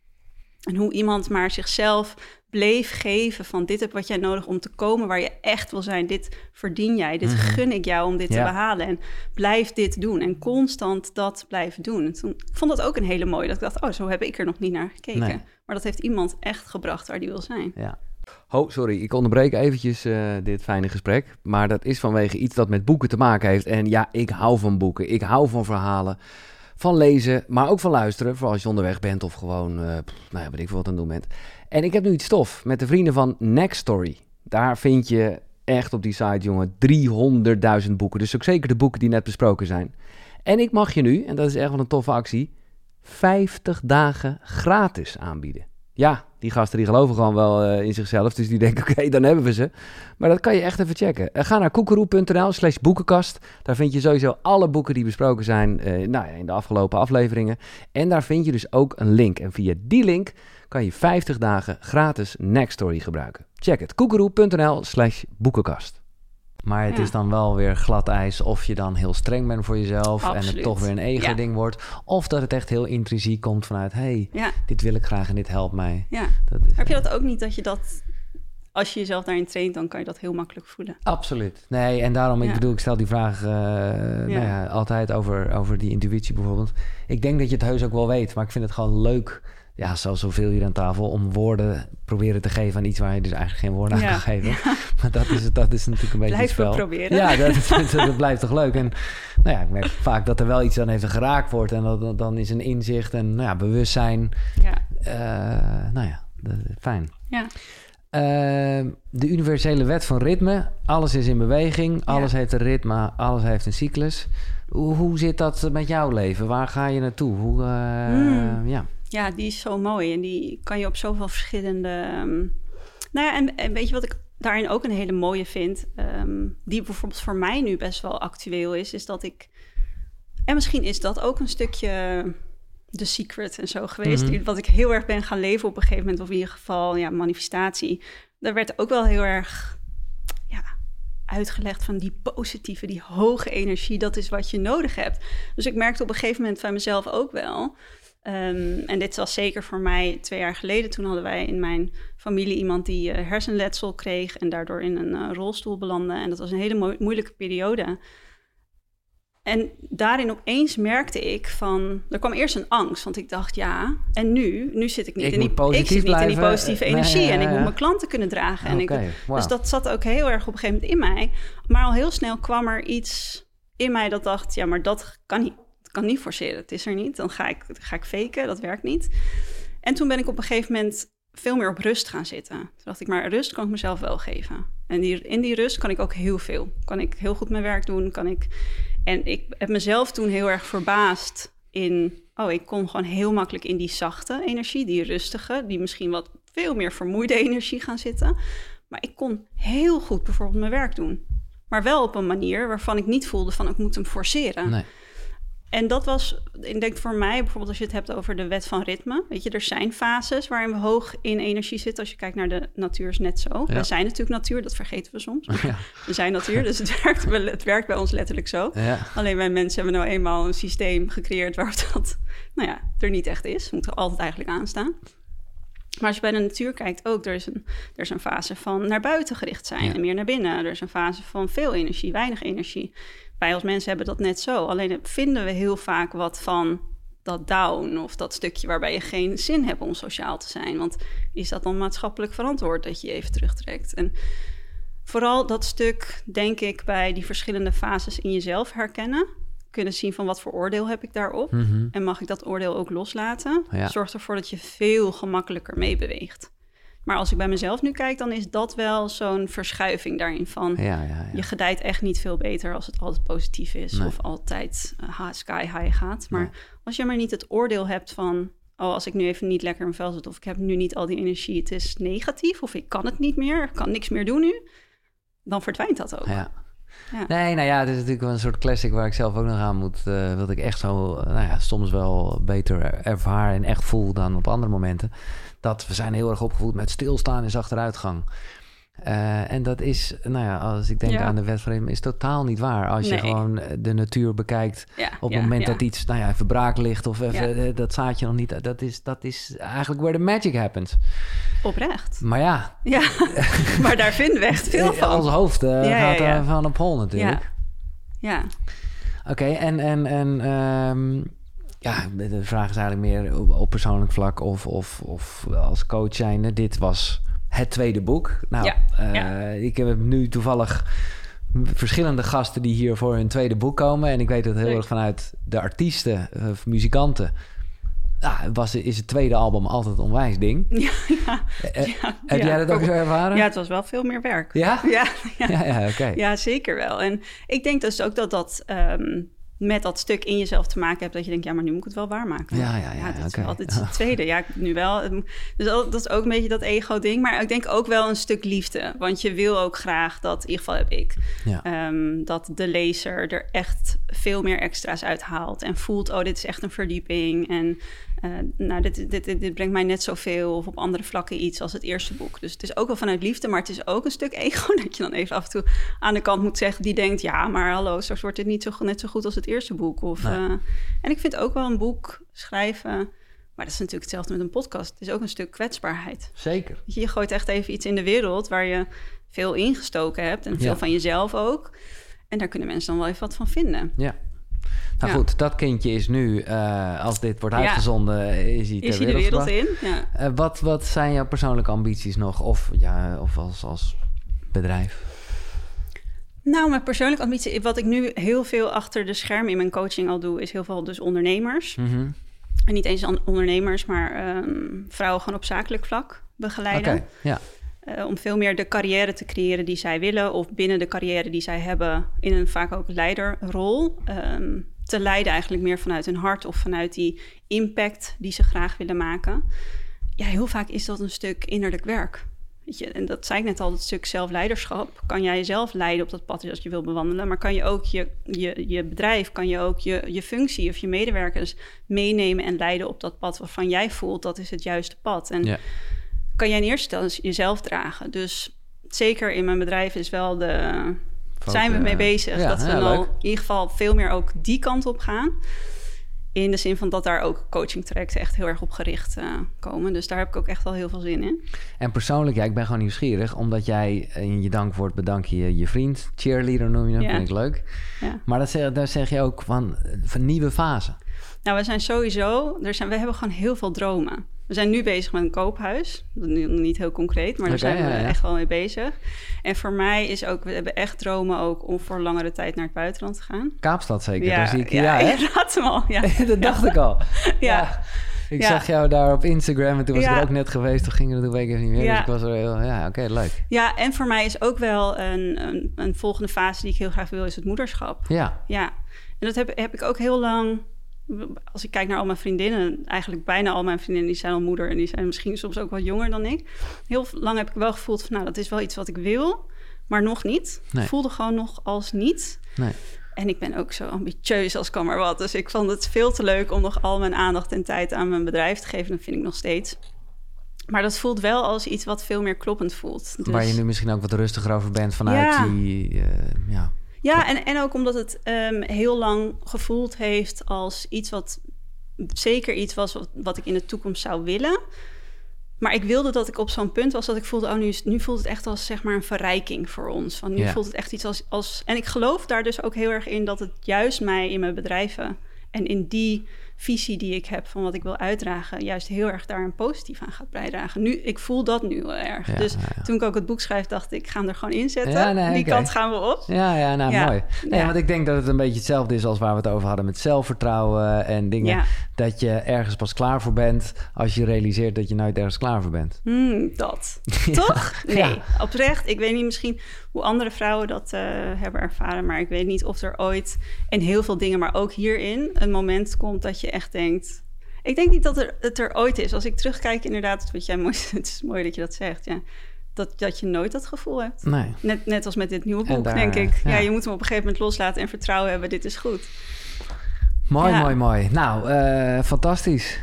En hoe iemand maar zichzelf bleef geven van dit heb wat jij nodig om te komen waar je echt wil zijn. Dit verdien jij, dit gun ik jou om dit te behalen. En blijf dit doen en constant dat blijven doen. En toen, ik vond dat ook een hele mooie, dat ik dacht, zo heb ik er nog niet naar gekeken. Nee. Maar dat heeft iemand echt gebracht waar die wil zijn. Ja. Sorry, ik onderbreek eventjes dit fijne gesprek. Maar dat is vanwege iets dat met boeken te maken heeft. En ja, ik hou van boeken. Ik hou van verhalen. Van lezen, maar ook van luisteren. Vooral als je onderweg bent of gewoon, weet ik veel wat aan het doen bent. En ik heb nu iets tof met de vrienden van Next Story. Daar vind je echt op die site, jongen, 300.000 boeken. Dus ook zeker de boeken die net besproken zijn. En ik mag je nu, en dat is echt wel een toffe actie, 50 dagen gratis aanbieden. Ja, die gasten die geloven gewoon wel in zichzelf. Dus die denken, oké, dan hebben we ze. Maar dat kan je echt even checken. Ga naar koekeroe.nl/boekenkast. Daar vind je sowieso alle boeken die besproken zijn in de afgelopen afleveringen. En daar vind je dus ook een link. En via die link kan je 50 dagen gratis Next Story gebruiken. Check het, koekeroe.nl/boekenkast. Maar het is dan wel weer glad ijs of je dan heel streng bent voor jezelf. Absoluut. En het toch weer een ego-ding wordt. Of dat het echt heel intrinsiek komt vanuit, dit wil ik graag en dit helpt mij. Ja. Dat is, heb je dat ook niet, dat je dat, als je jezelf daarin traint, dan kan je dat heel makkelijk voelen? Absoluut. Nee, en daarom, ik stel die vraag altijd over die intuïtie bijvoorbeeld. Ik denk dat je het heus ook wel weet, maar ik vind het gewoon leuk, zoals zoveel hier aan tafel, om woorden proberen te geven aan iets waar je dus eigenlijk geen woorden aan kan geven. Ja. Maar dat is natuurlijk een beetje het spel. Blijf proberen. Ja, dat blijft toch leuk. En ik merk vaak dat er wel iets aan even geraakt wordt en dan is een inzicht en bewustzijn. Fijn. Ja. De universele wet van ritme. Alles is in beweging. Alles heeft een ritme. Alles heeft een cyclus. Hoe zit dat met jouw leven? Waar ga je naartoe? Ja, die is zo mooi. En die kan je op zoveel verschillende... en weet je wat ik daarin ook een hele mooie vind? Die bijvoorbeeld voor mij nu best wel actueel is dat ik... En misschien is dat ook een stukje... The Secret en zo geweest. Wat ik heel erg ben gaan leven op een gegeven moment. Of in ieder geval, manifestatie. Daar werd ook wel heel erg uitgelegd van die positieve, die hoge energie. Dat is wat je nodig hebt. Dus ik merkte op een gegeven moment van mezelf ook wel. En dit was zeker voor mij 2 jaar geleden. Toen hadden wij in mijn familie iemand die hersenletsel kreeg. En daardoor in een rolstoel belandde. En dat was een hele moeilijke periode. En daarin opeens merkte ik van... Er kwam eerst een angst, want ik dacht en nu zit ik niet in die positieve energie. En ik moet mijn klanten kunnen dragen. Dus dat zat ook heel erg op een gegeven moment in mij. Maar al heel snel kwam er iets in mij dat dacht... maar dat kan niet. Dat kan niet forceren. Het is er niet. Dan ga ik faken. Dat werkt niet. En toen ben ik op een gegeven moment veel meer op rust gaan zitten. Toen dacht ik, maar rust kan ik mezelf wel geven. En in die rust kan ik ook heel veel. Kan ik heel goed mijn werk doen, En ik heb mezelf toen heel erg verbaasd ik kon gewoon heel makkelijk in die zachte energie, die rustige, die misschien wat veel meer vermoeide energie gaan zitten. Maar ik kon heel goed bijvoorbeeld mijn werk doen. Maar wel op een manier waarvan ik niet voelde van ik moet hem forceren. Nee. En dat was, ik denk voor mij, bijvoorbeeld als je het hebt over de wet van ritme. Weet je, er zijn fases waarin we hoog in energie zitten. Als je kijkt naar de natuur is net zo. Ja. We zijn natuurlijk natuur, dat vergeten we soms. Ja. We zijn natuur, dus het werkt bij ons letterlijk zo. Ja. Alleen wij mensen hebben nou eenmaal een systeem gecreëerd waar dat er niet echt is. We moeten altijd eigenlijk aanstaan. Maar als je bij de natuur kijkt ook, er is een fase van naar buiten gericht zijn en meer naar binnen. Er is een fase van veel energie, weinig energie. Wij als mensen hebben dat net zo. Alleen vinden we heel vaak wat van dat down of dat stukje waarbij je geen zin hebt om sociaal te zijn. Want is dat dan maatschappelijk verantwoord dat je je even terugtrekt? En vooral dat stuk, denk ik, bij die verschillende fases in jezelf herkennen. Kunnen zien van wat voor oordeel heb ik daarop. Mm-hmm. En mag ik dat oordeel ook loslaten? Ja. Zorgt ervoor dat je veel gemakkelijker meebeweegt. Maar als ik bij mezelf nu kijk, dan is dat wel zo'n verschuiving daarin van... Je gedijt echt niet veel beter als het altijd positief is... of altijd sky high gaat. Maar als je maar niet het oordeel hebt van... als ik nu even niet lekker in mijn vel zit... of ik heb nu niet al die energie, het is negatief... of ik kan het niet meer, ik kan niks meer doen nu... dan verdwijnt dat ook. Ja. Ja. Nee, nou ja, het is natuurlijk wel een soort classic... waar ik zelf ook nog aan moet... wat ik echt zo, soms wel beter ervaar en echt voel... dan op andere momenten. Dat we zijn heel erg opgevoed met stilstaan is achteruitgang... en dat is, als ik denk aan de wet van Riemann... is totaal niet waar. Als je gewoon de natuur bekijkt... op het moment dat iets even braak ligt... of even dat zaadje nog niet... Dat is eigenlijk where the magic happens. Oprecht. Maar ja. Maar daar vinden we echt veel van. Ons hoofd gaat er van op hol natuurlijk. Ja. Oké, de vraag is eigenlijk meer op persoonlijk vlak... of als coach zijnde. Dit was... het tweede boek. Nou, ik heb nu toevallig verschillende gasten... die hier voor hun tweede boek komen. En ik weet dat heel erg vanuit de artiesten of muzikanten... is het tweede album altijd een onwijs ding. Heb jij dat ook zo ervaren? Ja, het was wel veel meer werk. Ja? Ja, oké. Ja, zeker wel. En ik denk dus ook dat met dat stuk in jezelf te maken hebt... dat je denkt, maar nu moet ik het wel waarmaken. Dit is wel, dit is het tweede. Ja, nu wel. Dus dat is ook een beetje dat ego-ding. Maar ik denk ook wel een stuk liefde. Want je wil ook graag dat, in ieder geval heb ik... dat de lezer er echt veel meer extra's uit haalt... en voelt, dit is echt een verdieping... en dit brengt mij net zoveel... of op andere vlakken iets als het eerste boek. Dus het is ook wel vanuit liefde... maar het is ook een stuk ego... dat je dan even af en toe aan de kant moet zeggen... die denkt, maar hallo, straks wordt dit niet net zo goed als het eerste boek. En ik vind ook wel een boek schrijven... maar dat is natuurlijk hetzelfde met een podcast. Het is ook een stuk kwetsbaarheid. Zeker. Je gooit echt even iets in de wereld... waar je veel ingestoken hebt... en veel van jezelf ook. En daar kunnen mensen dan wel even wat van vinden. Ja. Nou goed, dat kindje is nu, als dit wordt uitgezonden, is hij de wereld in. Ja. Wat zijn jouw persoonlijke ambities nog? Of als bedrijf? Nou, mijn persoonlijke ambitie, wat ik nu heel veel achter de schermen in mijn coaching al doe, is heel veel dus ondernemers. Mm-hmm. En niet eens ondernemers, maar vrouwen gewoon op zakelijk vlak begeleiden. Okay, ja. Om veel meer de carrière te creëren die zij willen... of binnen de carrière die zij hebben... in een vaak ook leiderrol... te leiden eigenlijk meer vanuit hun hart... of vanuit die impact die ze graag willen maken. Ja, heel vaak is dat een stuk innerlijk werk. Weet je, en dat zei ik net al, het stuk zelfleiderschap. Kan jij jezelf leiden op dat pad als je wil bewandelen... maar kan je ook je bedrijf, kan je ook je functie of je medewerkers... meenemen en leiden op dat pad waarvan jij voelt... dat is het juiste pad. En kan jij in eerste instantie jezelf dragen. Dus zeker in mijn bedrijf is wel zijn we mee bezig. Dat we al in ieder geval veel meer ook die kant op gaan. In de zin van dat daar ook coaching trajecten echt heel erg op gericht komen. Dus daar heb ik ook echt wel heel veel zin in. En persoonlijk, ik ben gewoon nieuwsgierig. Omdat jij in je dankwoord bedank je vriend. Cheerleader noem je hem, vind ik leuk. Ja. Maar daar zeg je ook van nieuwe fase. Nou, we zijn sowieso... we hebben gewoon heel veel dromen. We zijn nu bezig met een koophuis. Niet heel concreet, maar daar zijn we echt wel mee bezig. En voor mij is ook... we hebben echt dromen ook om voor langere tijd naar het buitenland te gaan. Kaapstad zeker? Ja, daar zie ik, je raadt hem al. Ja. Dat dacht ik al. Ja. Ik zag jou daar op Instagram en toen was ik er ook net geweest. Toen ging het week even niet meer. Dus ik was er heel... leuk. Ja, en voor mij is ook wel een volgende fase die ik heel graag wil... is het moederschap. Ja. En dat heb ik ook heel lang... Als ik kijk naar al mijn vriendinnen... eigenlijk bijna al mijn vriendinnen die zijn al moeder... en die zijn misschien soms ook wat jonger dan ik. Heel lang heb ik wel gevoeld van... dat is wel iets wat ik wil, maar nog niet. Nee. Ik voelde gewoon nog als niet. Nee. En ik ben ook zo ambitieus als kan maar wat. Dus ik vond het veel te leuk om nog al mijn aandacht en tijd... aan mijn bedrijf te geven. Dat vind ik nog steeds. Maar dat voelt wel als iets wat veel meer kloppend voelt. Dus... Waar je nu misschien ook wat rustiger over bent vanuit die... Ja, en ook omdat het heel lang gevoeld heeft als iets wat... zeker iets was wat ik in de toekomst zou willen. Maar ik wilde dat ik op zo'n punt was dat ik voelde... nu voelt het echt als zeg maar een verrijking voor ons. Want nu voelt het echt iets als... En ik geloof daar dus ook heel erg in dat het juist mij in mijn bedrijven... en in die visie die ik heb van wat ik wil uitdragen... juist heel erg daar een positief aan gaat bijdragen. Ik voel dat nu heel erg. Toen ik ook het boek schrijf, dacht ik ga hem er gewoon inzetten. Die kant gaan we op. Mooi. Nee, want ik denk dat het een beetje hetzelfde is als waar we het over hadden... met zelfvertrouwen en dingen. Dat je ergens pas klaar voor bent... als je realiseert dat je nooit ergens klaar voor bent. Dat. Toch? Nee, oprecht. Ik weet niet misschien hoe andere vrouwen dat hebben ervaren... maar ik weet niet of er ooit in heel veel dingen... maar ook hierin een moment komt dat je echt denkt... Ik denk niet dat het er ooit is. Als ik terugkijk, inderdaad, wat jij mooi... Het is mooi dat je dat zegt, ja. Dat je nooit dat gevoel hebt. Nee. Net als met dit nieuwe boek, denk ik. Ja, je moet hem op een gegeven moment loslaten en vertrouwen hebben. Dit is goed. Mooi. Nou, fantastisch.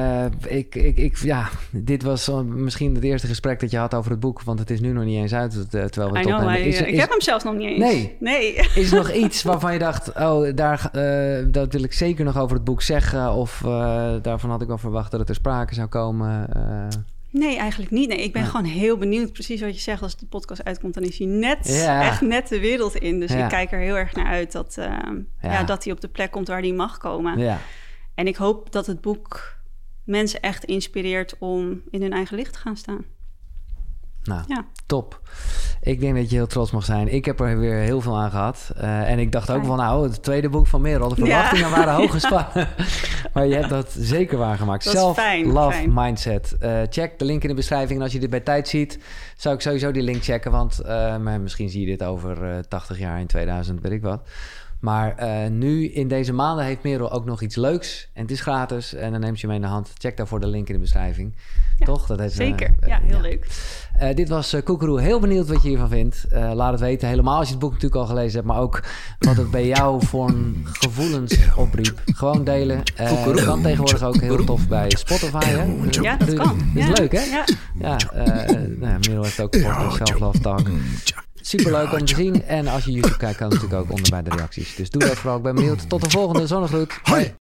Dit was misschien het eerste gesprek dat je had over het boek, want het is nu nog niet eens uit, terwijl we het opnemen. Ik heb hem zelfs nog niet eens. Nee. Is er nog iets waarvan je dacht, dat wil ik zeker nog over het boek zeggen, of daarvan had ik wel verwacht dat het ter sprake zou komen? Nee, eigenlijk niet. Nee, ik ben gewoon heel benieuwd. Precies wat je zegt, als de podcast uitkomt, dan is hij echt net de wereld in. Dus ik kijk er heel erg naar uit dat hij op de plek komt waar hij mag komen. Ja. En ik hoop dat het boek mensen echt inspireert om in hun eigen licht te gaan staan. Nou, top. Ik denk dat je heel trots mag zijn. Ik heb er weer heel veel aan gehad. En ik dacht ook van, het tweede boek van Merel, de verwachtingen waren hoog gespannen. Maar je hebt dat zeker waargemaakt. Self-love mindset. Check de link in de beschrijving. En als je dit bij tijd ziet, zou ik sowieso die link checken. Want misschien zie je dit over 80 jaar in 2000, weet ik wat. Maar nu in deze maanden heeft Merel ook nog iets leuks. En het is gratis. En dan neemt je mee in de hand. Check daarvoor de link in de beschrijving. Ja, toch? Dat heeft, zeker. Heel leuk. Dit was Koekeroe. Heel benieuwd wat je hiervan vindt. Laat het weten. Helemaal als je het boek natuurlijk al gelezen hebt. Maar ook wat het bij jou voor een gevoelens opriep. Gewoon delen. Dat kan tegenwoordig ook heel tof bij Spotify. Hè? Ja, dat kan. Dat is leuk, hè? Ja. Merel heeft ook een Self-Love Talk. Superleuk om te zien. En als je YouTube kijkt, kan het natuurlijk ook onder bij de reacties. Dus doe dat vooral. Ik ben benieuwd. Tot de volgende. Zonnegroet. Hoi.